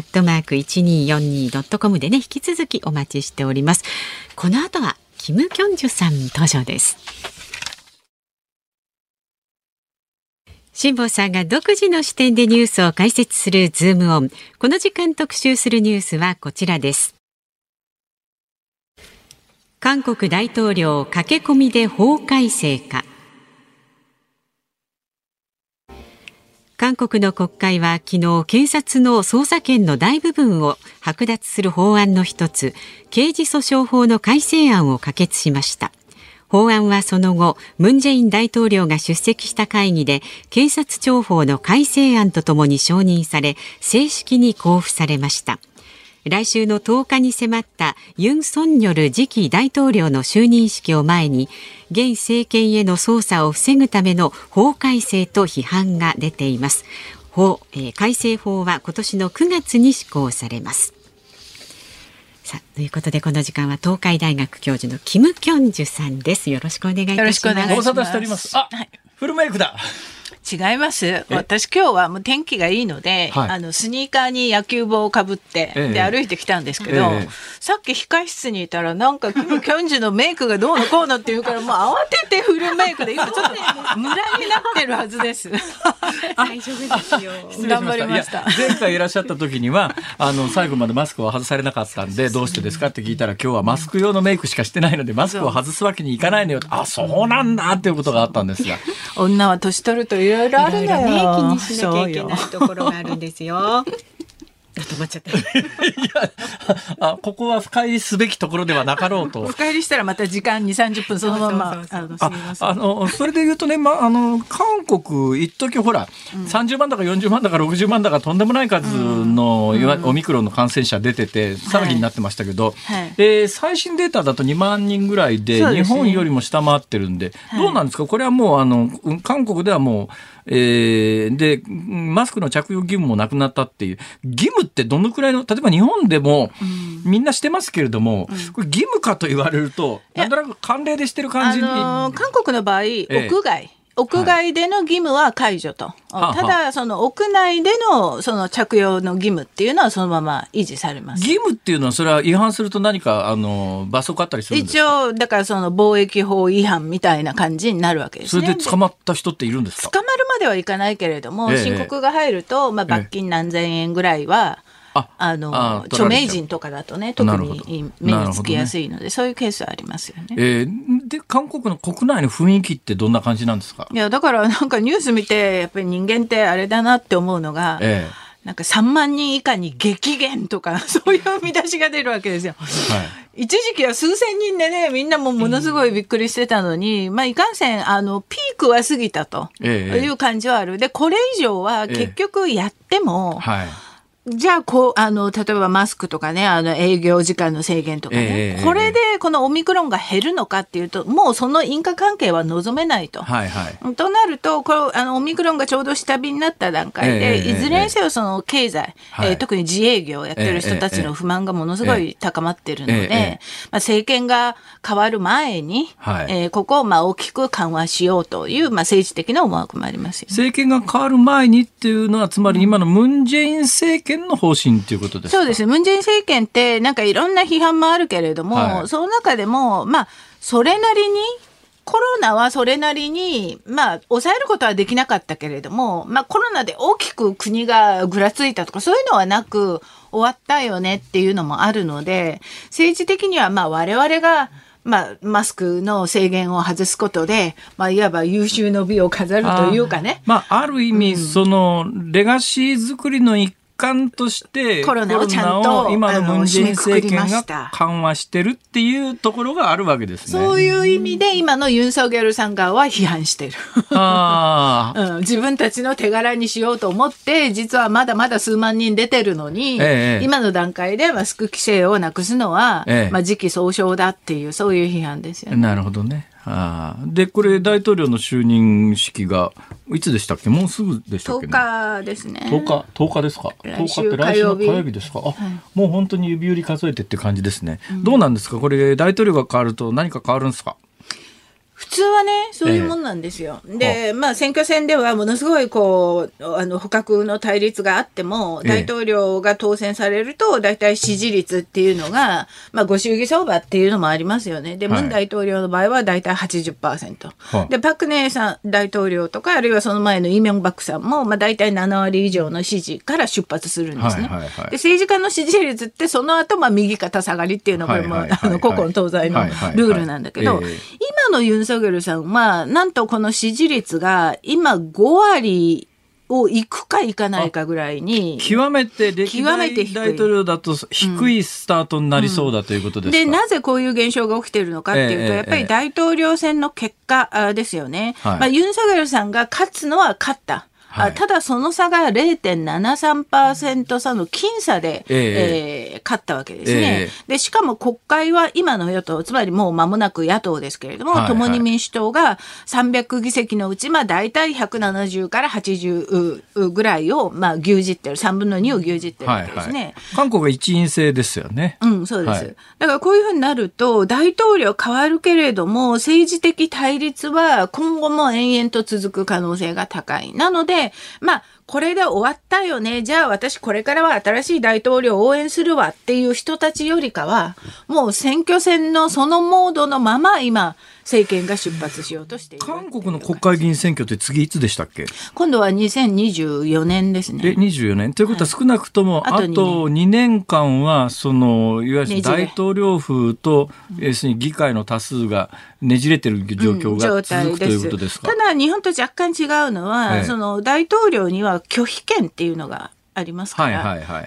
zoom@1242.com でね引き続きお待ちしております。この後はキム・キョンジュさん登場です。辛坊さんが独自の視点でニュースを解説するズームオン。この時間特集するニュースはこちらです。韓国大統領駆け込みで法改正か。韓国の国会は昨日検察の捜査権の大部分を剥奪する法案の一つ、刑事訴訟法の改正案を可決しました。法案はその後、ムン・ジェイン大統領が出席した会議で検察庁法の改正案とともに承認され、正式に公布されました。来週の10日に迫ったユン・ソンニョル次期大統領の就任式を前に、現政権への捜査を防ぐための法改正と批判が出ています。改正法は今年の9月に施行されます。さあということでこの時間は東海大学教授のキム・キョンジュさんです。よろしくお願いいたします。よろしくお願いします。 ご無沙汰しております。はい、フルメイクだ。 違います。私今日はもう天気がいいので、スニーカーに野球帽をかぶって、で歩いてきたんですけど、さっき控室にいたらなんかキム・キョンジュのメイクがどうのこうのっていうからもう慌ててフルメイクで今ちょっとムラになってるはずです。 大丈夫ですよ。 頑張りました。 前回いらっしゃった時には最後までマスクを外されなかったんでどうしてですかって聞いたら、今日はマスク用のメイクしかしてないのでマスクを外すわけにいかないのよ。そうなんだっていうことがあったんですが、 女は年取るといろいろあるんだよ。 気にしなきゃいけないところがあるんですよ。止まっちゃった。いやここは深入りすべきところではなかろうと。 深入りしたらまた時間 2,30 分そのまま。 それで言うとね、韓国一時ほら、30万だか40万だか60万だかとんでもない数の、オミクロンの感染者出てて騒ぎになってましたけど、最新データだと2万人ぐらいで日本よりも下回ってるんで、どうなんですかこれはもう韓国ではもうでマスクの着用義務もなくなったっていう義務ってどのくらいの、例えば日本でもみんなしてますけれども、これ義務かと言われるとなんとなく慣例でしてる感じに、 韓国の場合屋外での義務は解除と、ただその屋内でのその着用の義務っていうのはそのまま維持されます。 義務っていうのはそれは違反すると何か罰則あったりするんですか？ 一応だからその貿易法違反みたいな感じになるわけですね。 それで捕まった人っているんですか？ 捕まるまではいかないけれども、申告が入ると、罰金何千円ぐらいは著名人とかだとね、特に目につきやすいので、そういうケースはありますよね。 で、韓国の国内の雰囲気ってどんな感じなんですか？ いや、だからなんかニュース見て、やっぱり人間ってあれだなって思うのが、なんか3万人以下に激減とか、そういう見出しが出るわけですよ。一時期は数千人でね、みんなものすごいびっくりしてたのに、いかんせん、ピークは過ぎたという感じはある。で、これ以上は結局やっても、じゃあ例えばマスクとかね、営業時間の制限とかね、これでこのオミクロンが減るのかっていうと、もうその因果関係は望めないと。となると、オミクロンがちょうど下火になった段階で、いずれにせよその経済、特に自営業をやってる人たちの不満がものすごい高まってるので、政権が変わる前に、ここを大きく緩和しようという、政治的な思惑もありますよね。 政権が変わる前にっていうのは、つまり今のムン・ジェイン政権の方針ということですか？ そうですね。ムン・ジェイン政権ってなんかいろんな批判もあるけれども、その中でもそれなりにコロナはそれなりに抑えることはできなかったけれども、コロナで大きく国がぐらついたとかそういうのはなく終わったよねっていうのもあるので、政治的には我々がマスクの制限を外すことで、いわば有終の美を飾るというかね。 ある意味、そのレガシー作りの一環としてコロナをちゃんと今のムン・ジェイン政権が緩和してるっていうところがあるわけですね。 そういう意味で今のユン・ソギョルさん側は批判してる。自分たちの手柄にしようと思って実はまだまだ数万人出てるのに、今の段階でマスク規制をなくすのは、時期尚早だっていうそういう批判ですよね。 なるほどね。でこれ大統領の就任式がいつでしたっけ？もうすぐでしたっけね。 10日ですね。 10日ですか。10日って来週の火曜日ですか。もう本当に指折り数えてって感じですね。どうなんですかこれ？大統領が変わると何か変わるんですか？ 普通はね、そういうもんなんですよ。で、選挙戦ではものすごい捕獲の対立があっても、大統領が当選されると、大体支持率っていうのが、ご祝儀相場っていうのもありますよね。で、ムン大統領の場合は大体 80%。で、パクネーさん大統領とか、あるいはその前のイ・ミョンバクさんも、大体7割以上の支持から出発するんですね。で、政治家の支持率って、その後、右肩下がりっていうのが、古今東西のルールなんだけど、今のユン・ソギョルさんはなんとこの支持率が今5割をいくかいかないかぐらいに極めて歴代大統領だと低いスタートになりそうだということですか？ でなぜこういう現象が起きているのかっていうと、やっぱり大統領選の結果ですよね。ユン・ソギョルさんが勝つのは勝った。ただその差が 0.73% 差の僅差で、勝ったわけですね。でしかも国会は今の与党、つまりもう間もなく野党ですけれども、共に民主党が300議席のうち大体170から80ぐらいを牛耳ってる、3分の2を牛耳ってるわけですね。 韓国は一院制ですよね。 そうです。だからこういうふうになると大統領変わるけれども政治的対立は今後も延々と続く可能性が高い。なのでこれで終わったよね。じゃあ私これからは新しい大統領を応援するわっていう人たちよりかは、もう選挙戦のそのモードのまま今、政権が出発しようとしている。 韓国の国会議員選挙って次いつでしたっけ？ 今度は2024年ですね。 24年ということは少なくともあと2年間は、いわゆる大統領府と、要するに議会の多数がねじれてる状況が続くということですか？ ただ日本と若干違うのは、その大統領には拒否権っていうのがありますから、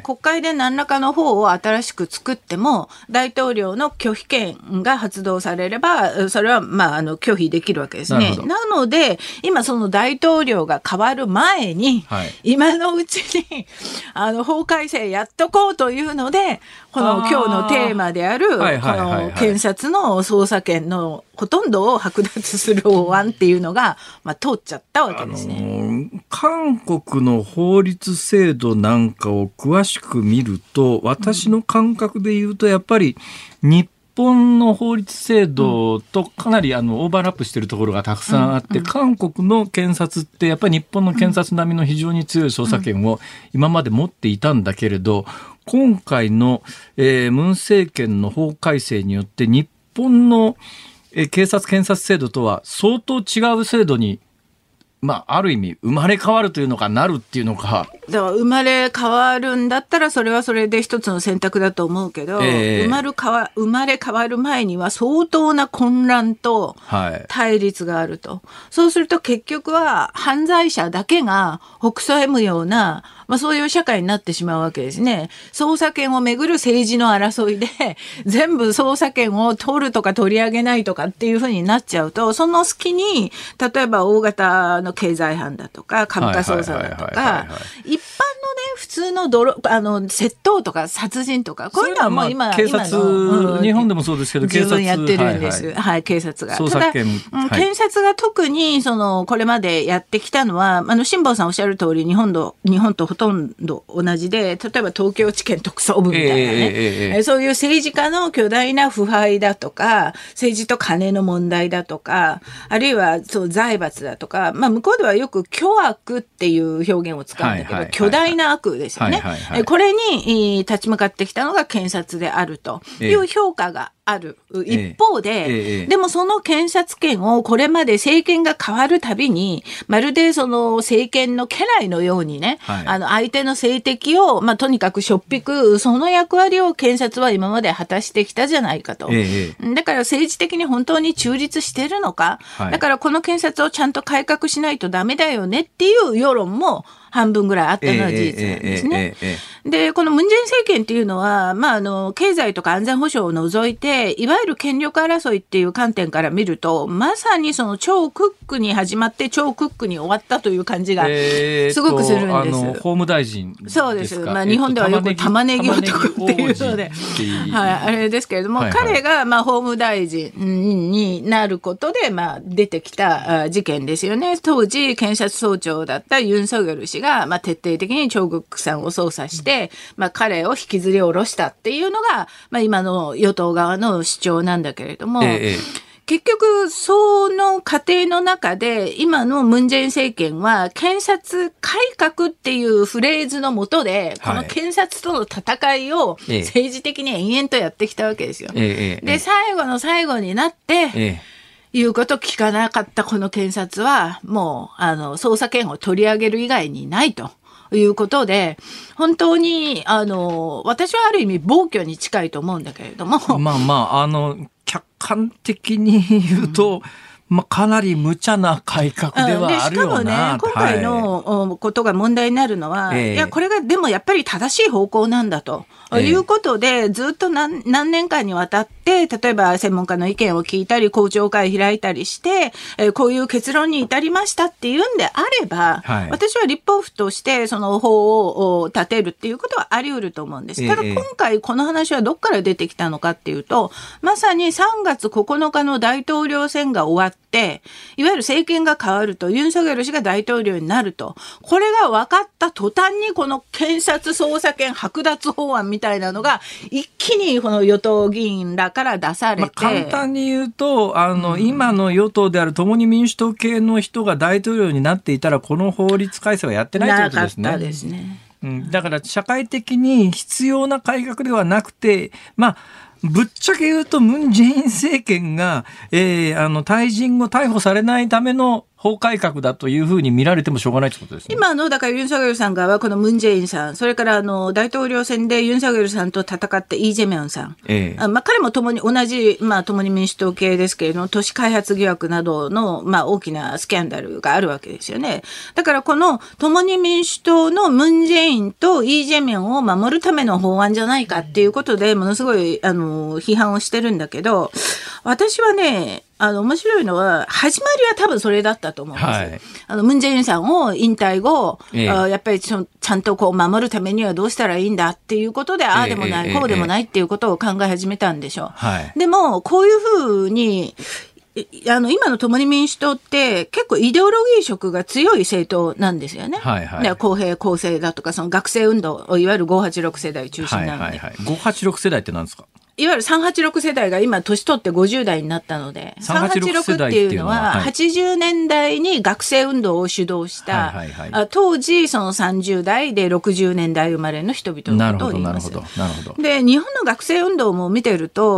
国会で何らかの法を新しく作っても大統領の拒否権が発動されればそれは拒否できるわけですね。なので今その大統領が変わる前に、今のうちに法改正やっとこうというのでこの今日のテーマであるこの検察の捜査権のほとんどを剥奪する法案っていうのが、通っちゃったわけですね。 韓国の法律制度なんかを詳しく見ると、私の感覚で言うとやっぱり日本の法律制度とかなりオーバーラップしているところがたくさんあって、韓国の検察ってやっぱり日本の検察並みの非常に強い捜査権を今まで持っていたんだけれど、今回の、ムン政権の法改正によって日本の警察検察制度とは相当違う制度にある意味生まれ変わるというのかなるっていうのか。 だから生まれ変わるんだったらそれはそれで一つの選択だと思うけど、生まれ変わる前には相当な混乱と対立があると、そうすると結局は犯罪者だけがほくそ笑むような、そういう社会になってしまうわけですね。捜査権をめぐる政治の争いで全部捜査権を取るとか取り上げないとかっていうふうになっちゃうと、その隙に例えば大型の経済犯だとか株価操作だとか一般のね普通の窃盗とか殺人とかこういうのはもう今警察、日本でもそうですけど十分やってるんです。警察が。ただ検察が特にこれまでやってきたのは辛坊さんおっしゃる通り日本とほとんど同じで、例えば東京地検特捜部みたいなね、そういう政治家の巨大な腐敗だとか政治と金の問題だとか、あるいは財閥だとか、向こうではよく巨悪っていう表現を使うんだけど、巨大な悪ですよね。これに立ち向かってきたのが検察であるという評価がある一方で、でもその検察権をこれまで政権が変わるたびにまるでその政権の家来のようにね、相手の政敵をとにかくしょっぴくその役割を検察は今まで果たしてきたじゃないかと、だから政治的に本当に中立してるのか、だからこの検察をちゃんと改革しないとダメだよねっていう世論も半分ぐらいあったのは事実なんですね。で、このムン・ジェイン政権っていうのは、経済とか安全保障を除いて、いわゆる権力争いっていう観点から見ると、まさにその超クックに始まって超クックに終わったという感じがすごくするんです。 法務大臣ですか。 そうです。日本ではよく玉ねぎ男っていうので、あれですけれども、彼が法務大臣になることで、出てきた事件ですよね。当時、検察総長だったユン・ソギョル氏が徹底的にチョ・グックさんを捜査して、彼を引きずり下ろしたっていうのが、今の与党側の主張なんだけれども、結局その過程の中で今のムン・ジェイン政権は検察改革っていうフレーズの下でこの検察との戦いを政治的に延々とやってきたわけですよ。で、最後の最後になって言うこと聞かなかったこの検察はもう捜査権を取り上げる以外にないということで、本当に私はある意味暴挙に近いと思うんだけれども、 客観的に言うと、かなり無茶な改革ではあるような。しかもね、今回のことが問題になるのは、いや、これがでもやっぱり正しい方向なんだということで、ずっと何年間にわたって、例えば専門家の意見を聞いたり、公聴会開いたりして、こういう結論に至りましたっていうんであれば、私は立法府としてその法を立てるっていうことはあり得ると思うんです。ただ今回この話はどっから出てきたのかっていうと、まさに3月9日の大統領選が終わって、いわゆる政権が変わると、ユン・ソギョル氏が大統領になると、これが分かった途端にこの検察捜査権剥奪法案みたいなのが一気にこの与党議員らから出されて、簡単に言うと今の与党である共に民主党系の人が大統領になっていたらこの法律改正はやってないということですね。 なかったですね。 だから社会的に必要な改革ではなくて、ぶっちゃけ言うとムン・ジェイン政権が、退陣後逮捕されないための法改革だというふうに見られてもしょうがないということですね。 今のだからユン・ソギョルさん側はこのムン・ジェインさん、それから大統領選でユン・ソギョルさんと戦ってイ・ジェミョンさん、彼も共に同じ、共に民主党系ですけれども、都市開発疑惑などの、大きなスキャンダルがあるわけですよね。だからこの共に民主党のムン・ジェインとイ・ジェミョンを守るための法案じゃないかっていうことでものすごい批判をしてるんだけど、私はね、面白いのは始まりは多分それだったと思うんです。ムン・ジェインさんを引退後、やっぱりちゃんとこう守るためにはどうしたらいいんだっていうことで、ああでもない、こうでもないっていうことを考え始めたんでしょう。でもこういうふうに今の共に民主党って結構イデオロギー色が強い政党なんですよね。公平公正だとかその学生運動、いわゆる586世代中心なので。 586世代って何ですか？ いわゆる386世代が今年取って50代になったので、386っていうのは80年代に学生運動を主導した、当時その30代で60年代生まれの人々のことを言います。で、日本の学生運動も見てると、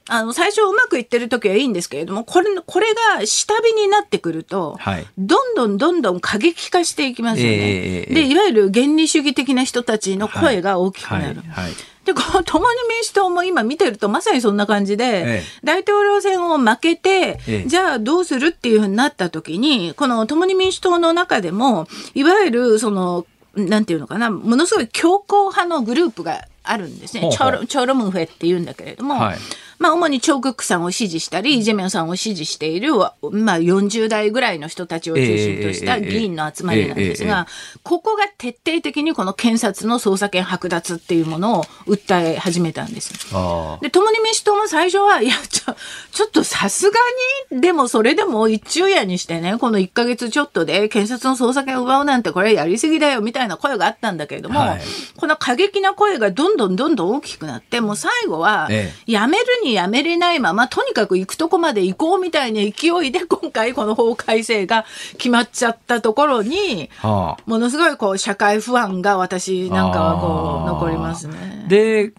最初うまくいってる時はいいんですけれども、これが下火になってくると、 はい、 どんどん過激化していきますよね。で、いわゆる原理主義的な人たちの声が大きくなる。はいはいはい、で、この共に民主党も今見てるとまさにそんな感じで、大統領選を負けて、じゃあどうするっていうふうになった時に、この共に民主党の中でも、いわゆるなんていうのかな、ものすごい強硬派のグループがあるんですね。チョロムフェって言うんだけれども、はい、主にチョ・グクさんを支持したり、イ・ジェミョンさんを支持している、40代ぐらいの人たちを中心とした議員の集まりなんですが、ここが徹底的にこの検察の捜査権剥奪っていうものを訴え始めたんです。で、共に民主党も最初は、いや、ちょっとさすがに、でもそれでも一昼夜にしてね、この1ヶ月ちょっとで検察の捜査権を奪うなんてこれやりすぎだよみたいな声があったんだけれども、はい、この過激な声がどんどん大きくなって、もう最後は、やめるにやめれないまま、とにかく行くとこまで行こうみたいな勢いで今回この法改正が決まっちゃったところに、ものすごいこう社会不安が私なんかはこう残りますね。 で、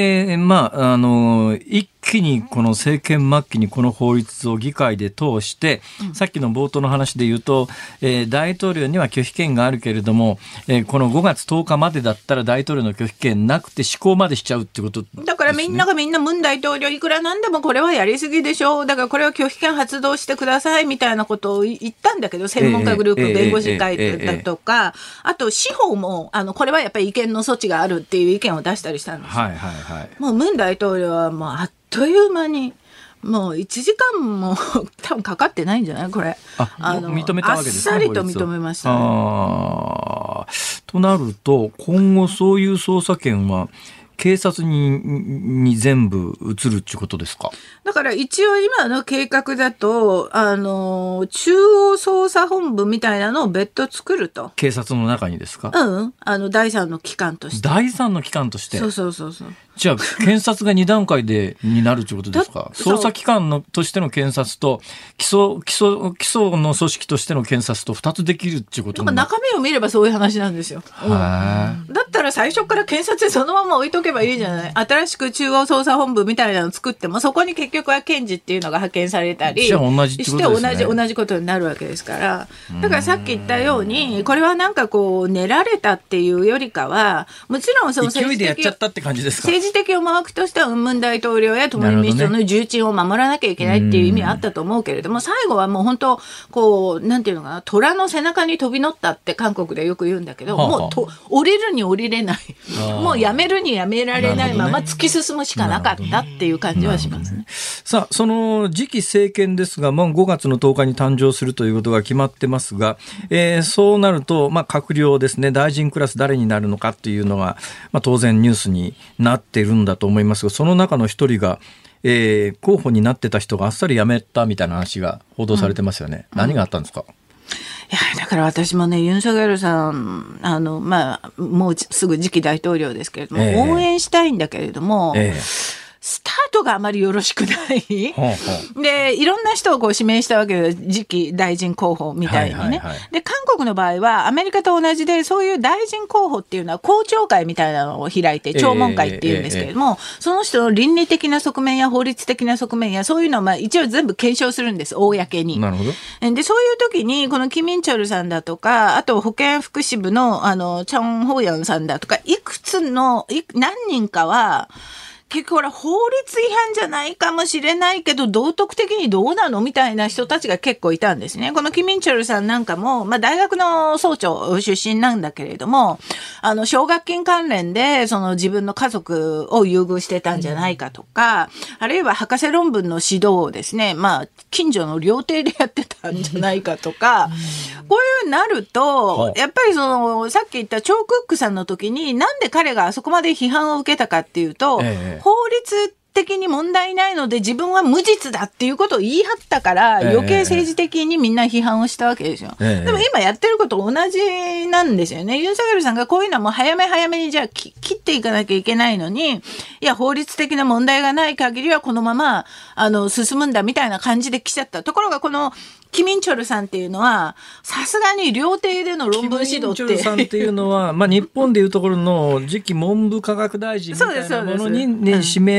一気にこの政権末期にこの法律を議会で通して、さっきの冒頭の話で言うと、大統領には拒否権があるけれども、この5月10日までだったら大統領の拒否権なくて施行までしちゃうってことですね。 だからみんなムン大統領いくらなんでもこれはやりすぎでしょう、だからこれは拒否権発動してくださいみたいなことを言ったんだけど、専門家グループ、弁護士会だとか、あと司法もこれはやっぱり違憲の措置があるっていう意見を出したりしたんですよ。 はいはいはい、 もうムン大統領はもうあっという間にもう1時間も多分かかってないんじゃないこれ。 認めたわけですね。 あっさりと認めましたね。 となると今後そういう捜査権は警察に全部移るっていうことですか。 だから一応今の計画だと中央捜査本部みたいなのを別途作ると。 警察の中にですか。 第三の機関として。 第三の機関として。 そう。 じゃあ検察が2段階になるということですか。捜査機関としての検察と基礎の組織としての検察と2つできるっていうこと。 中身を見ればそういう話なんですよ。だったら最初から検察でそのまま置いとけばいいじゃない。新しく中央捜査本部みたいなのを作ってもそこに結局は検事っていうのが派遣されたりじゃあ同じってことですね。 同じことになるわけですから。だからさっき言ったようにこれはなんかこう練られたっていうよりかは、もちろん勢いでやっちゃったって感じですか。 政治的思惑としてはムン大統領や共に民主党の重鎮を守らなきゃいけないっていう意味はあったと思うけれども、最後はもう本当こうなんていうのかな、虎の背中に飛び乗ったって韓国でよく言うんだけど、もう降りるに降りれない、もうやめるにやめられないまま突き進むしかなかったっていう感じはしますね。 さあその次期政権ですが、5月の10日に誕生するということが決まってますが、そうなると、閣僚ですね、大臣クラス誰になるのかっていうのが、当然ニュースになっているんだと思いますが、その中の一人が、候補になってた人があっさり辞めたみたいな話が報道されてますよね。何があったんですか。 いやだから私もね、ユン・ソギョルさんもうすぐ次期大統領ですけれども、応援したいんだけれども、スタートがあまりよろしくないで、いろんな人をこう指名したわけで、次期大臣候補みたいにね、で韓国の場合はアメリカと同じで、そういう大臣候補っていうのは公聴会みたいなのを開いて、聴聞会っていうんですけれども、その人の倫理的な側面や法律的な側面やそういうのを一応全部検証するんです、公に。 なるほど。 でそういう時にこのキミンチョルさんだとか、あと保健福祉部のチョン・ホヨンさんだとか、何人かは結局これ法律違反じゃないかもしれないけど道徳的にどうなのみたいな人たちが結構いたんですね。このキミンチョルさんなんかも、大学の総長出身なんだけれども、奨学金関連でその自分の家族を優遇してたんじゃないかとか、あるいは博士論文の指導をですね、近所の料亭でやってたんじゃないかとか、こういうなると、やっぱりさっき言ったチョー・クックさんの時になんで彼があそこまで批判を受けたかっていうと、法律的に問題ないので自分は無実だっていうことを言い張ったから余計政治的にみんな批判をしたわけですよ。でも今やってること同じなんですよね。ユン・ソギョルさんがこういうのはもう早めにじゃあ切っていかなきゃいけないのに、いや法律的な問題がない限りはこのまま進むんだみたいな感じで来ちゃった。ところがこのキミンチョルさんっていうのはさすがに料亭での論文指導って、 キミンチョルさんっていうのは日本でいうところの次期文部科学大臣みたいなものに、指名され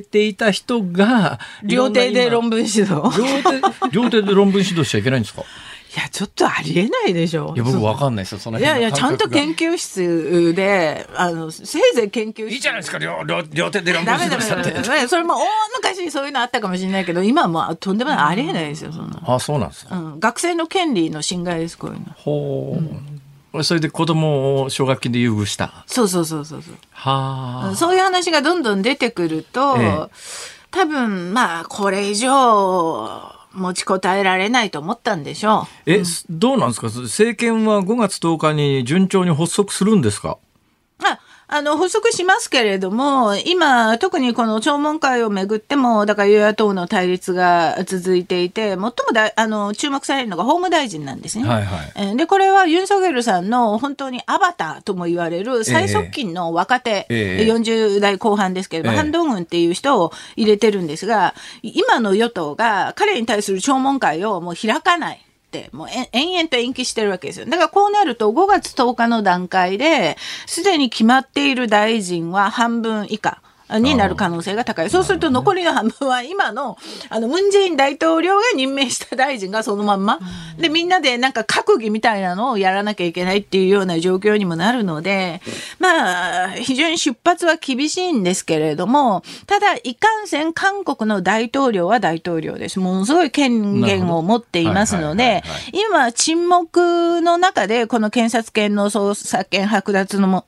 ていた人が料亭で論文指導料亭で論文指導しちゃいけないんですか？ いやちょっとありえないでしょ。 いや僕分かんないですよその辺の感覚が。 いやちゃんと研究室でせいぜい研究室いいじゃないですか料亭で論文指導したって。 それも大昔そういうのあったかもしれないけど今はもうとんでもないありえないですよそんな。 あそうなんですか、 学生の権利の侵害ですこういうの。 ほう、それで子供を奨学金で優遇した。 そうはあ、そういう話がどんどん出てくると、多分これ以上持ちこたえられないと思ったんでしょう。 どうなんですか？政権は5月10日に順調に発足するんですか？ 発足しますけれども、今、特にこの聴聞会をめぐっても、だから与野党の対立が続いていて、最も注目されるのが法務大臣なんですね。はいはい、で、これはユン・ソギョルさんの本当にアバターとも言われる最側近の若手、40代後半ですけれども、ハン・ドングンっていう人を入れてるんですが、今の与党が彼に対する聴聞会をもう開かない。もう延々と延期してるわけですよ。だからこうなると5月10日の段階ですでに決まっている大臣は半分以下になる可能性が高い。そうすると残りの半分は今のムン・ジェイン大統領が任命した大臣がそのまんまでみんなでなんか閣議みたいなのをやらなきゃいけないっていうような状況にもなるので、非常に出発は厳しいんですけれども、ただいかんせん韓国の大統領は大統領です。ものすごい権限を持っていますので、今沈黙の中でこの検察の捜査権剥奪の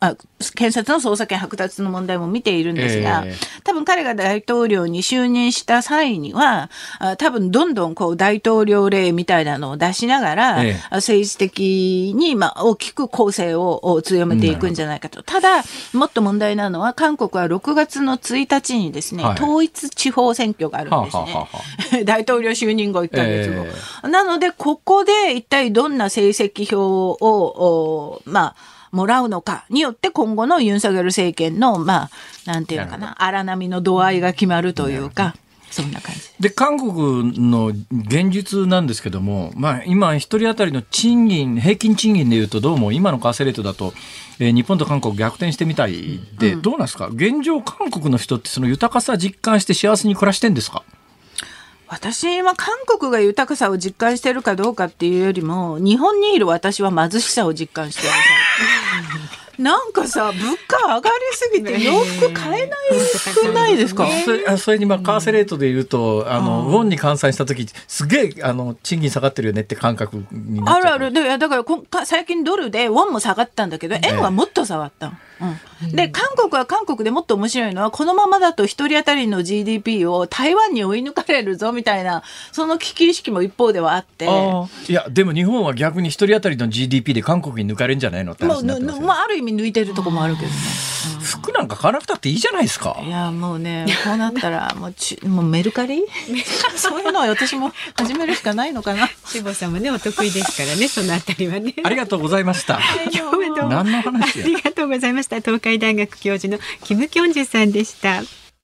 問題も見ているんですが、多分彼が大統領に就任した際には多分どんどんこう大統領令みたいなのを出しながら、政治的に大きく攻勢を強めていくんじゃないかと。ただもっと問題なのは韓国は6月の1日にですね、統一地方選挙があるんですね。大統領就任後1ヶ月後、なのでここで一体どんな成績表をもらうのかによって今後のユン・ソギョル政権のなんていうのかな、荒波の度合いが決まるというか、そんな感じで韓国の現実なんですけども、今一人当たりの賃金平均賃金でいうとどうも今の為替レートだと、日本と韓国逆転してみたいで、どうなんですか？現状韓国の人ってその豊かさ実感して幸せに暮らしてんですか？ 私は韓国が豊かさを実感しているかどうかっていうよりも、日本にいる私は貧しさを実感している。なんかさ、物価上がりすぎて洋服買えないですか？ それに為替レートで言うとウォンに換算した時すげえ賃金下がってるよねって感覚になっちゃう。 あるだから最近ドルでウォンも下がったんだけど、円はもっと下がった。で韓国は韓国でもっと面白いのは、このままだと一人当たりの GDP を台湾に追い抜かれるぞみたいな、その危機意識も一方ではあって、 いやでも日本は逆に一人当たりの GDP で韓国に抜かれるんじゃないのって話になってますよ。 ある意味抜いてるとこもあるけどね。 服なんか買わなくたっていいじゃないですか。 いやもうね、こうなったらもうメルカリそういうのは私も始めるしかないのかな。 志保さんもねお得意ですからね、そのあたりはね。 ありがとうございました。 今日はどうも何の話や。 ありがとうございました。東海大学教授のキム・キョンジュさんでした。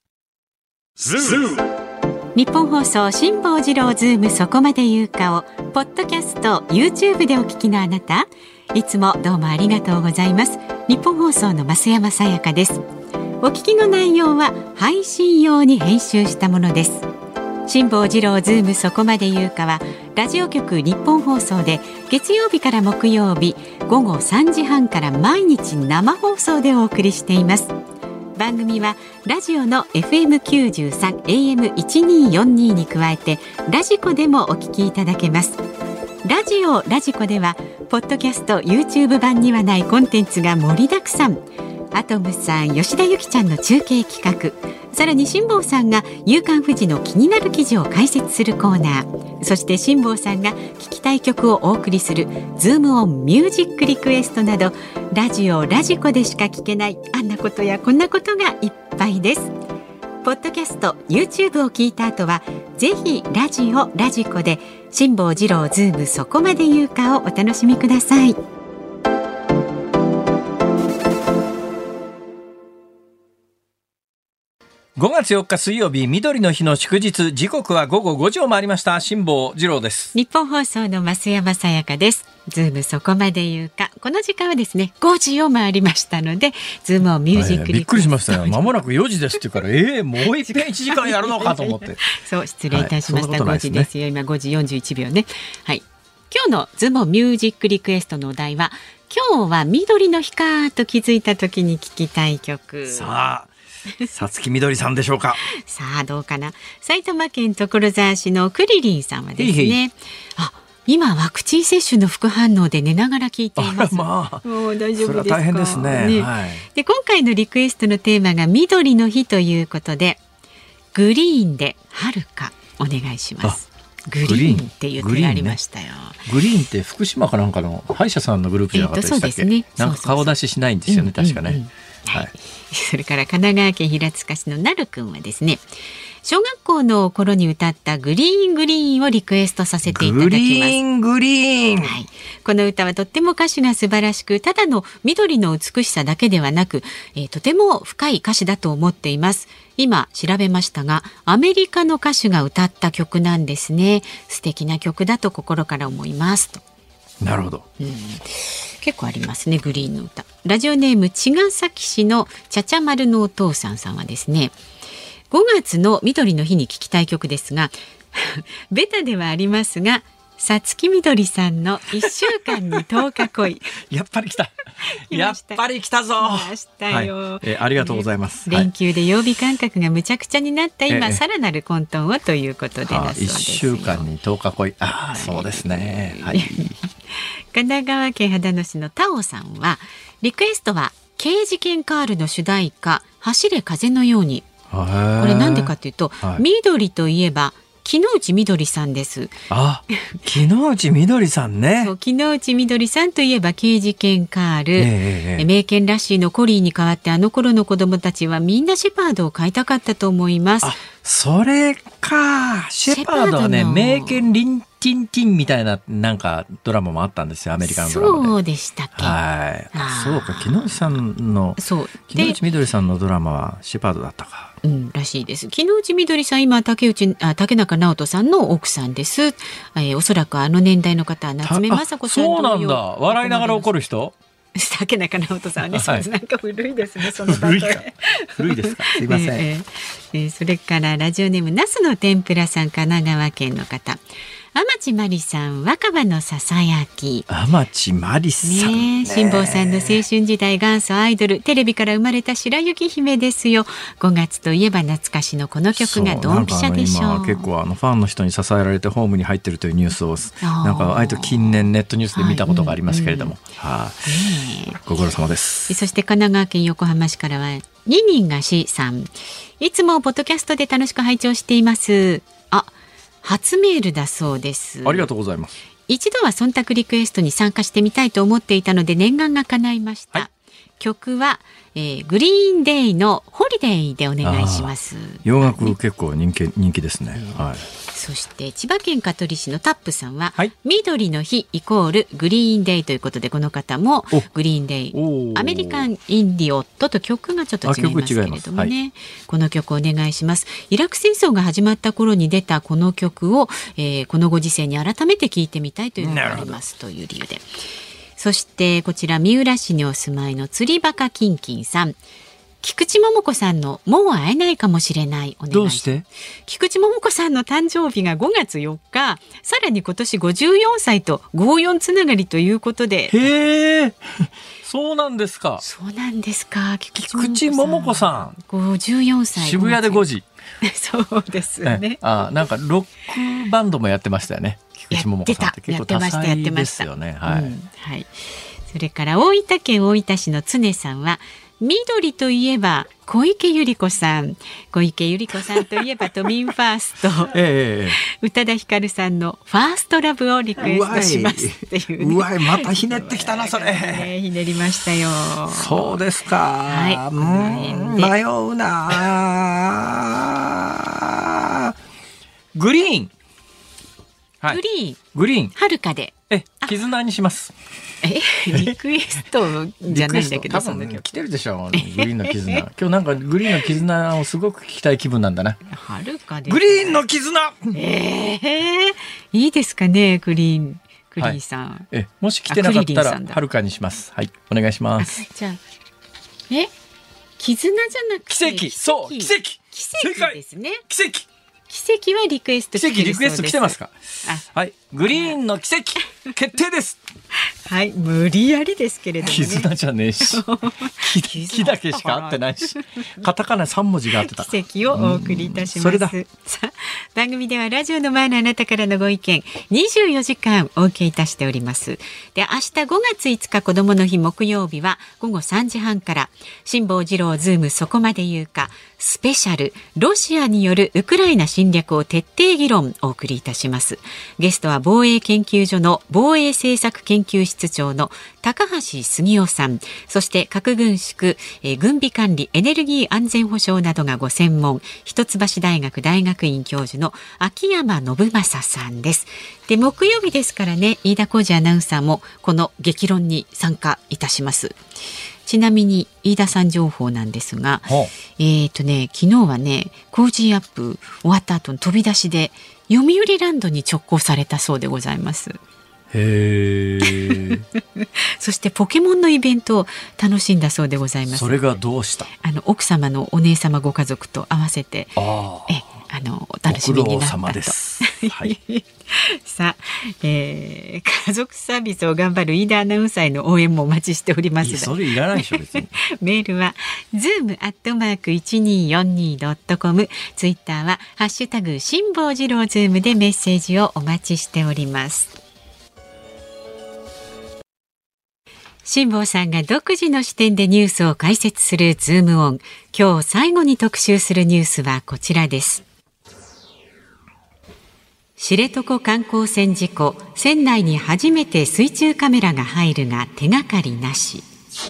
日本放送辛坊治郎ズームそこまで言うかをポッドキャスト YouTube でお聞きのあなた、いつもどうもありがとうございます。日本放送の増山さやかです。お聞きの内容は配信用に編集したものです。辛坊治郎ズームそこまで言うかはラジオ局日本放送で月曜日から木曜日午後3時半から毎日生放送でお送りしています。番組はラジオの FM93 AM1242 に加えてラジコでもお聞きいただけます。ラジコではポッドキャスト YouTube 版にはないコンテンツが盛りだくさん。アトムさん、吉田ゆきちゃんの中継企画、さらに辛坊さんが夕刊フジの気になる記事を解説するコーナー、そして辛坊さんが聞きたい曲をお送りするズームオンミュージックリクエストなど、ラジコでしか聞けないあんなことやこんなことがいっぱいです。ポッドキャスト YouTube を聞いた後はぜひラジコで辛坊治郎ズームそこまで言うかをお楽しみください。 5月4日水曜日、緑の日の祝日、時刻は午後5時を回りました。辛坊治郎です。 日本放送の増山さやかです。ズームそこまで言うか。この時間はですね、5時を回りましたので、ズームをミュージックリクエスト、 びっくりしましたよ。間もなく4時ですって言うからもう一遍1時間やるのかと思ってそう、失礼いたしました。5時ですよ。今5時41秒ね。はい。今日のズームミュージックリクエストのお題は、今日は緑の日かと気づいた時に聴きたい曲。 さあ、さつきみどりさんでしょうか。 さあ、どうかな。埼玉県所沢市のクリリンさんはですね、今ワクチン接種の副反応で寝ながら聞いています。もう大丈夫ですか。それは大変ですね。 で、今回のリクエストのテーマが緑の日ということで、グリーンで遥かお願いします。グリーンっていう手がありましたよ。 グリーンって福島かなんかの歯医者さんのグループじゃなかったでしたっけ。そうですね。なんか顔出ししないんですよね、確かね。 はい。それから神奈川県平塚市のなるくんはですね、小学校の頃に歌ったグリーングリーンをリクエストさせていただきます。グリーングリーン、はい、この歌はとっても歌詞が素晴らしく、ただの緑の美しさだけではなく、とても深い歌詞だと思っています。今調べましたが、アメリカの歌手が歌った曲なんですね。素敵な曲だと心から思いますと。 なるほど、 結構ありますね、グリーンの歌。ラジオネーム茅ヶ崎市のちゃちゃ丸のお父さんさんはですね、5月の緑の日に聴きたい曲ですがベタではありますが、さつきみどりさんの1週間に10日恋やっぱり来たやっぱり来たぞ。 来ましたよ、 ありがとうございます。 連休で曜日感覚がむちゃくちゃになった今、さらなる混沌をということでだそうですよ。 1週間に10日恋、そうですね、はい神奈川県秦野市のタオさんは、リクエストは刑事件カールの主題歌走れ風のように。これなんでかというと、緑といえば木内みどりさんです。 木内みどりさんね。 木内みどりさんといえば刑事犬カール、名犬ラッシーのコリーに代わって、あの頃の子供たちはみんなシェパードを飼いたかったと思います。 それか。シェパードはね、名犬リンティンティンみたいななんかドラマもあったんですよ、アメリカのドラマで。 そうでしたっけ。 そうか、木内さんの木内みどりさんのドラマはシェパードだったか。 らしいです。木内みどりさん、今竹中直人さんの奥さんです。おそらくあの年代の方は夏目雅子さんと。 そうなんだ。笑いながら怒る人。 竹中直人さんね、なんか古いですね、その例え。 古いですか。すいません。それからラジオネームナスの天ぷらさん、神奈川県の方。天地真理さん、若葉のささやき。 天地真理さんね。 辛坊さんの青春時代元祖アイドル、テレビから生まれた白雪姫ですよ。5月といえば懐かしのこの曲がドンピシャでしょう。 今結構ファンの人に支えられてホームに入ってるというニュースをなんかあえて近年ネットニュースで見たことがありますけれども、ご苦労様です。 そして神奈川県横浜市からは二人がしさん、いつもポッドキャストで楽しく拝聴しています。初メールだそうです。 ありがとうございます。 一度は忖度リクエストに参加してみたいと思っていたので念願が叶いました。曲は、グリーンデイのホリデイでお願いします。 洋楽結構人気ですね。 そして千葉県香取市のタップさんは、緑の日イコールグリーンデイということで、この方もグリーンデイ、アメリカンインディオットと曲がちょっと違いますけれどもね、この曲お願いします。イラク戦争が始まった頃に出たこの曲を、このご時世に改めて聴いてみたいというのがありますという理由で。そしてこちら三浦市にお住まいの釣りバカキンキンさん、菊池桃子さんのもう会えないかもしれないお願いします。 どうして？ 菊池桃子さんの誕生日が5月4日、さらに今年54歳と54つながりということで。 へーそうなんですか。 そうなんですか。 菊池桃子さん 54歳、 渋谷で5時そうですね。 なんかロックバンドもやってましたよね。菊池桃子さんって結構多彩ですよね。 それから大分県大分市の常さんは、緑といえば小池百合子さん、小池百合子さんといえば都民ファースト、宇多田ヒカルさんのファーストラブをリクエストしますっていう、 ね、またひねってきたなそれ、 ひねりましたよ。 そうですか、迷うな。グリーン、 グリーンはるかで絆にします。 リクエストじゃないんだけど、 多分来てるでしょ、グリーンの絆。今日なんかグリーンの絆をすごく聞きたい気分なんだな。 はるかでグリーンの絆。 いいですかね、グリーンさん。 もし来てなかったらはるかにします。はい、お願いします。 じゃあ絆じゃなくて奇跡。そう、奇跡ですね。 奇跡はリクエスト来てるそうです。 リクエスト来てますか。はい、グリーンの奇跡決定です。 はい、無理やりですけれどもね。 絆じゃねえし、木だけしか合ってないし、カタカナ3文字が合ってた。 奇跡をお送りいたします。 それだ。 さあ、番組ではラジオの前のあなたからのご意見24時間お受けいたしております。で、明日5月5日子どもの日木曜日は午後3時半から辛坊治郎ズームそこまで言うかスペシャルロシアによるウクライナ侵略を徹底議論お送りいたします。ゲストは防衛研究所の防衛政策研究室長の高橋杉雄さん、そして核軍縮、軍備管理エネルギー安全保障などがご専門一橋大学大学院教授の秋山信正さんです。で、木曜日ですからね、飯田浩司アナウンサーもこの激論に参加いたします。ちなみに飯田さん情報なんですが、昨日はね、コージーアップ終わった後の飛び出しで読売ランドに直行されたそうでございます。 へー。 そしてポケモンのイベントを楽しんだそうでございます。それがどうした？ 奥様のお姉様ご家族と合わせてお楽しみになったと。ご苦労様です。はい、さあ、家族サービスを頑張る飯田アナウンサーへの応援もお待ちしております。 それいらないでしょ別に。 メールは zoom@1242.com、 ツイッターはハッシュタグ辛坊治郎ズームでメッセージをお待ちしております。辛坊さんが独自の視点でニュースを解説するズームオン。今日最後に特集するニュースはこちらです。知床観光船事故、船内に初めて水中カメラが入るが手がかりなし。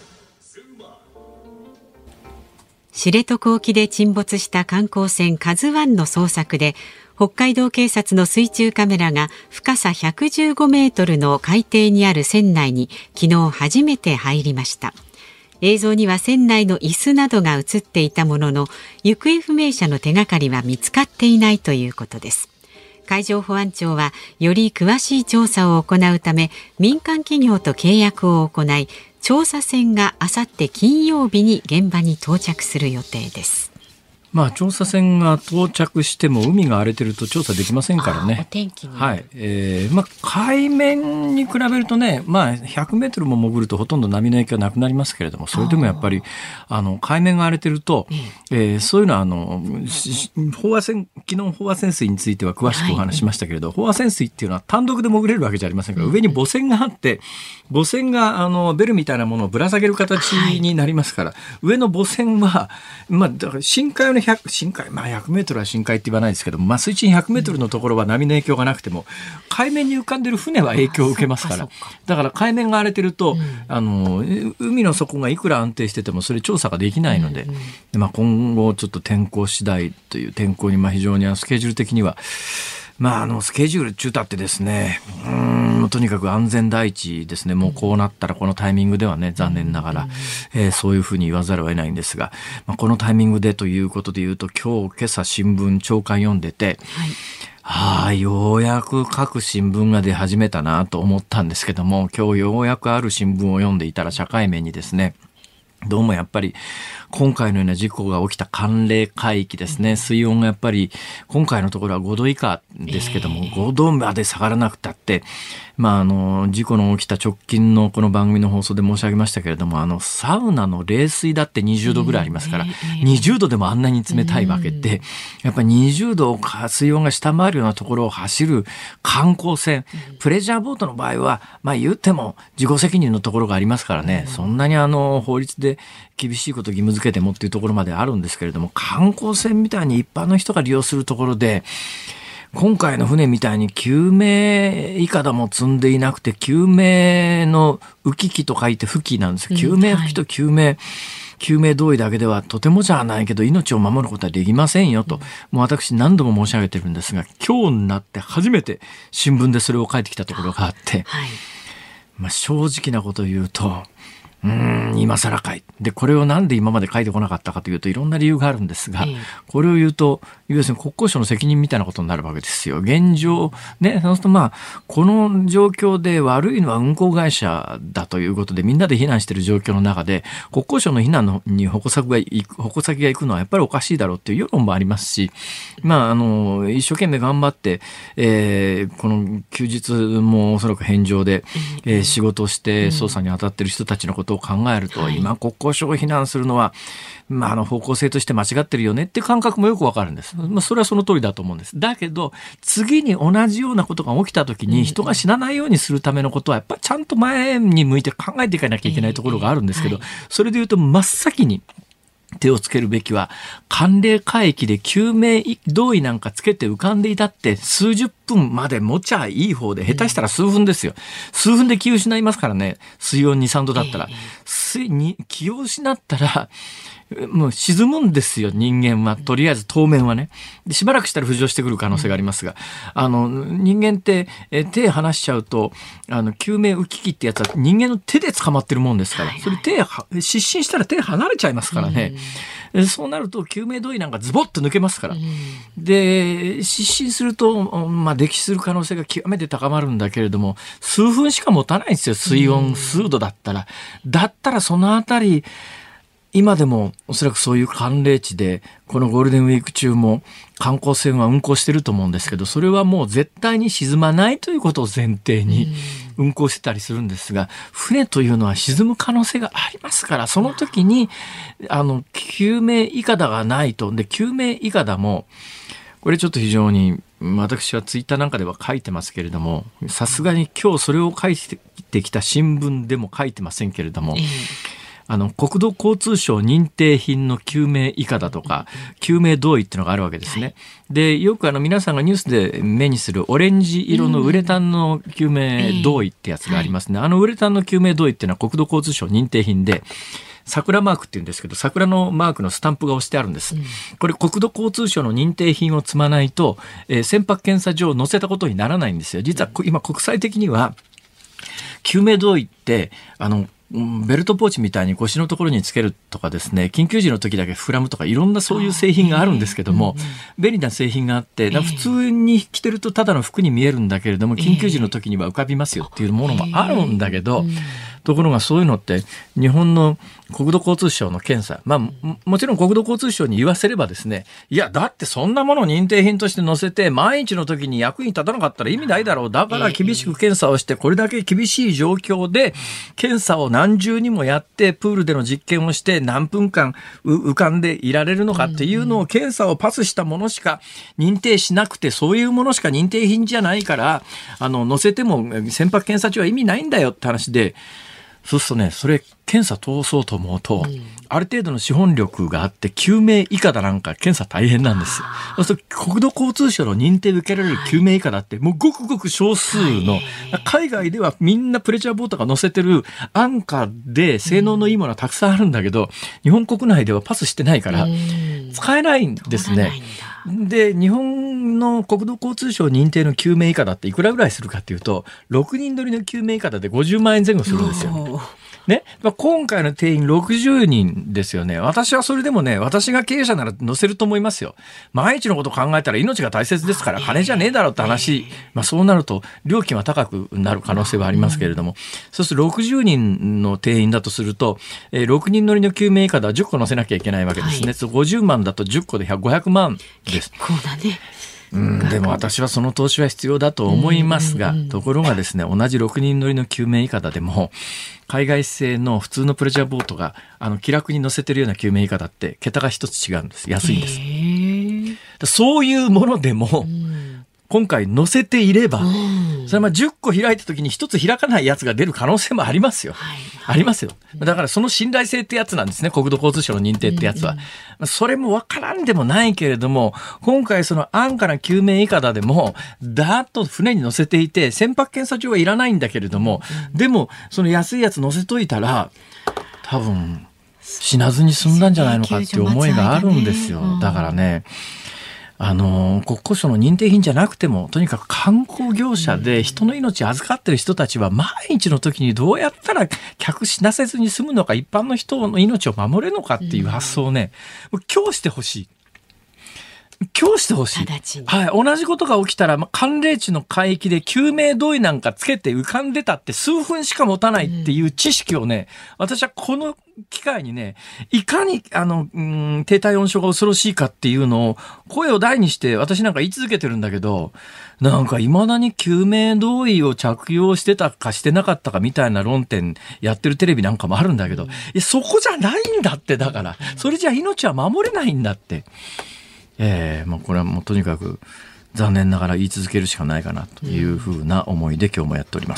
知床沖で沈没した観光船KAZUINEの捜索で、北海道警察の水中カメラが深さ115メートルの海底にある船内に昨日初めて入りました。映像には船内の椅子などが映っていたものの、行方不明者の手がかりは見つかっていないということです。海上保安庁はより詳しい調査を行うため、民間企業と契約を行い、調査船があさって金曜日に現場に到着する予定です。 調査船が到着しても海が荒れてると調査できませんからね。 お天気に。 はい。海面に比べるとね、100メートルも潜るとほとんど波の影響はなくなりますけれども、それでもやっぱり海面が荒れてると、そういうのは昨日飽和潜水については詳しくお話しましたけれど、飽和潜水っていうのは単独で潜れるわけじゃありませんから、上に母船があって、母船がベルみたいなものをぶら下げる形になりますから、上の母船はだから深海の100メートルは深海って言わないですけど、水深100メートルのところは波の影響がなくても、海面に浮かんでる船は影響を受けますから、だから海面が荒れてると、海の底がいくら安定しててもそれ調査ができないので、今後ちょっと天候次第という、天候に非常にスケジュール的にはスケジュール中だってですね、とにかく安全第一ですね。もうこうなったらこのタイミングではね、残念ながら、そういうふうに言わざるを得ないんですが、このタイミングでということで言うと、今朝新聞朝刊読んでて、ようやく各新聞が出始めたなと思ったんですけども、今日ようやくある新聞を読んでいたら、社会面にですね、どうもやっぱり今回のような事故が起きた寒冷海域ですね、水温がやっぱり今回のところは5度以下ですけども、5度まで下がらなくたって、事故の起きた直近のこの番組の放送で申し上げましたけれども、サウナの冷水だって20度ぐらいありますから、20度でもあんなに冷たいわけで、やっぱり20度水温が下回るようなところを走る観光船、プレジャーボートの場合は言っても自己責任のところがありますからね、そんなに法律で厳しいことを義務付けてもっていうところまであるんですけれども、観光船みたいに一般の人が利用するところで、今回の船みたいに救命いかだも積んでいなくて、救命の浮き機と書いて浮きなんです。救命浮きと救命胴衣だけではとてもじゃないけど命を守ることはできませんよと、もう私何度も申し上げてるんですが、今日になって初めて新聞でそれを書いてきたところがあって、 正直なことを言うと、今更かい。で、これをなんで今まで書いてこなかったかというと、いろんな理由があるんですが、これを言うと、要するに国交省の責任みたいなことになるわけですよ。現状、ね、そうするとこの状況で悪いのは運航会社だということで、みんなで非難している状況の中で、国交省の非難に矛先が行くのはやっぱりおかしいだろうっていう世論もありますし、一生懸命頑張って、この休日もおそらく返上で、仕事をして捜査に当たっている人たちのことを考えると、今国交省を非難するのは、方向性として間違ってるよねっていう感覚もよくわかるんです。それはその通りだと思うんです。だけど、次に同じようなことが起きた時に人が死なないようにするためのことはやっぱりちゃんと前に向いて考えていかなきゃいけないところがあるんですけど、それで言うと真っ先に手をつけるべきは、寒冷海域で救命胴衣なんかつけて浮かんでいたって数十分まで持ちゃいい方で、下手したら数分ですよ。数分で気を失いますからね。水温2、3度だったら。気を失ったら、もう沈むんですよ、人間は。とりあえず当面はね。でしばらくしたら浮上してくる可能性がありますが、人間って手離しちゃうと、救命浮き器ってやつは人間の手で捕まってるもんですから、それ失神したら手離れちゃいますからね。そうなると救命胴衣なんかズボッと抜けますから。で、失神すると、溺死する可能性が極めて高まるんだけれども、数分しか持たないんですよ、水温数度だったら。だったらそのあたり、今でもおそらくそういう寒冷地でこのゴールデンウィーク中も観光船は運航してると思うんですけど、それはもう絶対に沈まないということを前提に運航してたりするんですが、船というのは沈む可能性がありますから、その時に救命いかだがないと。で、救命いかだもこれちょっと非常に私はツイッターなんかでは書いてますけれども、さすがに今日それを書いてきた新聞でも書いてませんけれども、国土交通省認定品の救命いかだとか救命胴衣っていうのがあるわけですね。で、よく皆さんがニュースで目にするオレンジ色のウレタンの救命胴衣ってやつがありますね。ウレタンの救命胴衣っていうのは国土交通省認定品で、桜マークって言うんですけど、桜のマークのスタンプが押してあるんです。これ国土交通省の認定品を積まないと、船舶検査場を載せたことにならないんですよ。実は今国際的には救命胴衣ってベルトポーチみたいに腰のところにつけるとかですね、緊急時の時だけ膨らむとか、いろんなそういう製品があるんですけども、便利な製品があって、普通に着てるとただの服に見えるんだけれども、緊急時の時には浮かびますよっていうものもあるんだけど、ところがそういうのって日本の国土交通省の検査、もちろん国土交通省に言わせればですね、いやだってそんなもの認定品として載せて万一の時に役に立たなかったら意味ないだろう、だから厳しく検査をして、これだけ厳しい状況で検査を何重にもやってプールでの実験をして何分間浮かんでいられるのかっていうのを検査をパスしたものしか認定しなくて、そういうものしか認定品じゃないから載せても船舶検査中は意味ないんだよって話で、そうするとね、それ検査通そうと思うと、ある程度の資本力があって救命いかだなんか検査大変なんですよ。そうすると国土交通省の認定を受けられる救命いかだってもうごくごく少数の、海外ではみんなプレジャーボートが載せてる安価で性能のいいものはたくさんあるんだけど、日本国内ではパスしてないから使えないんですね。で、日本の国土交通省認定の救命いかだっていくらぐらいするかっていうと、6人乗りの救命いかだで50万円前後するんですよ。ね、今回の定員60人ですよね。私はそれでもね、私が経営者なら乗せると思いますよ。毎日のことを考えたら命が大切ですから金じゃねえだろうって話、そうなると料金は高くなる可能性はありますけれども、そうすると60人の定員だとすると、6人乗りの救命いかだは10個乗せなきゃいけないわけですね。50万だと10個で500万です。 結構だね。 でも私はその投資は必要だと思いますが、ところがですね、同じ6人乗りの救命いかだでも海外製の普通のプレジャーボートが気楽に乗せてるような救命いかだって桁が一つ違うんです。安いんです。そういうものでも今回乗せていれば、それは10個開いた時に1つ開かないやつが出る可能性もありますよ。ありますよ。だからその信頼性ってやつなんですね、国土交通省の認定ってやつは。それもわからんでもないけれども、今回その安価な救命いかだでもだーっと船に乗せていて船舶検査場はいらないんだけれども、でもその安いやつ乗せといたら多分死なずに済んだんじゃないのかっていう思いがあるんですよ。だからね、 国交省の認定品じゃなくても、とにかく観光業者で人の命預かってる人たちは毎日の時にどうやったら客死なせずに済むのか、一般の人の命を守れるのかっていう発想をね、今日してほしい。今日してほしい。はい。同じことが起きたら、寒冷地の海域で救命胴衣なんかつけて浮かんでたって数分しか持たないっていう知識をね、私はこの機会にね、いかに低体温症が恐ろしいかっていうのを声を大にして私なんか言い続けてるんだけど、なんか未だに救命胴衣を着用してたかしてなかったかみたいな論点やってるテレビなんかもあるんだけど、そこじゃないんだって。だからそれじゃ命は守れないんだって。これはもうとにかく残念ながら言い続けるしかないかなというふうな思いで今日もやっております。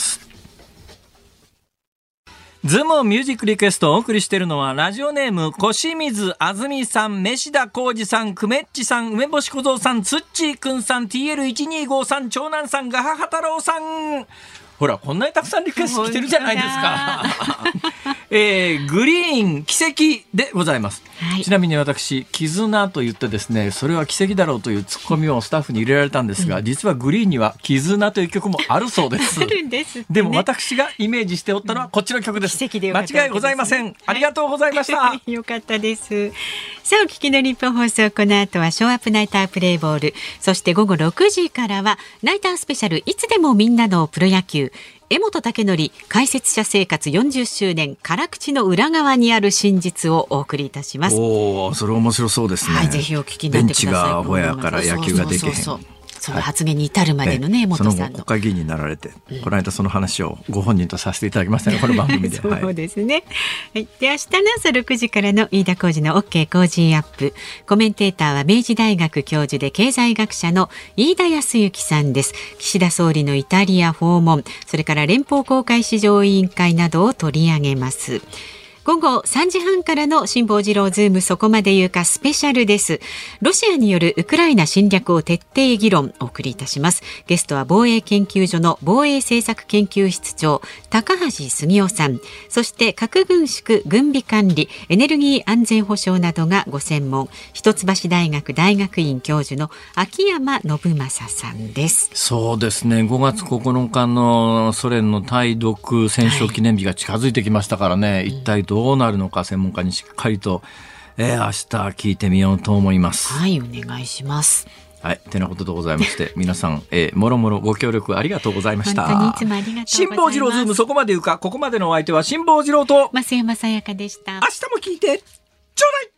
ズームミュージックリクエストをお送りしているのは、ラジオネーム小清水あずみさん、飯田浩二さん、くめっちさん、梅干し小僧さん、つっちーくんさん、 TL1253 長男さん、ガハハ太郎さん。ほら、こんなにたくさんリクエスト来てるじゃないですか。グリーン奇跡でございます、はい、ちなみに私絆と言ってですね、それは奇跡だろうというツッコミをスタッフに入れられたんですが、実はグリーンには絆という曲もあるそうです。 あるんですね。 でも私がイメージしておったのはこっちの曲です。 奇跡でよかったです。 間違いございません、はい、ありがとうございました。 よかったです。さあ、お聞きの日本放送、この後はショーアップナイタープレイボール、そして午後6時からはナイタースペシャル、いつでもみんなのプロ野球、江本武則解説者生活40周年、辛口の裏側にある真実をお送りいたします。 おー、それ面白そうですね。 はい、ぜひお聞きになってください。 ベンチがほやから野球ができへん。 その発言に至るまでのね、元さんのその後国会議員になられて、この間その話をご本人とさせていただきましたね、この番組で。 そうですね、はい、で明日の朝6時からの飯田浩司の OK 工事アップ、コメンテーターは明治大学教授で経済学者の飯田康之さんです。岸田総理のイタリア訪問、それから連邦公開市場委員会などを取り上げます。午後3時半からの辛坊治郎ズームそこまで言うかスペシャルです。ロシアによるウクライナ侵略を徹底議論お送りいたします。ゲストは防衛研究所の防衛政策研究室長高橋杉雄さん、そして核軍縮軍備管理エネルギー安全保障などがご専門、一橋大学大学院教授の秋山信正さんです。 そうですね、5月9日のソ連の対独戦勝記念日が近づいてきましたからね、一体どうなるのか専門家にしっかりと、明日聞いてみようと思います。 はい、お願いします。 はい、てなことでございまして皆さん、もろもろご協力ありがとうございました。 本当にいつもありがとうございます。 辛坊治郎ズームそこまで言うか。ここまでのお相手は辛坊治郎と増山さやかでした。 明日も聞いてちょうだい。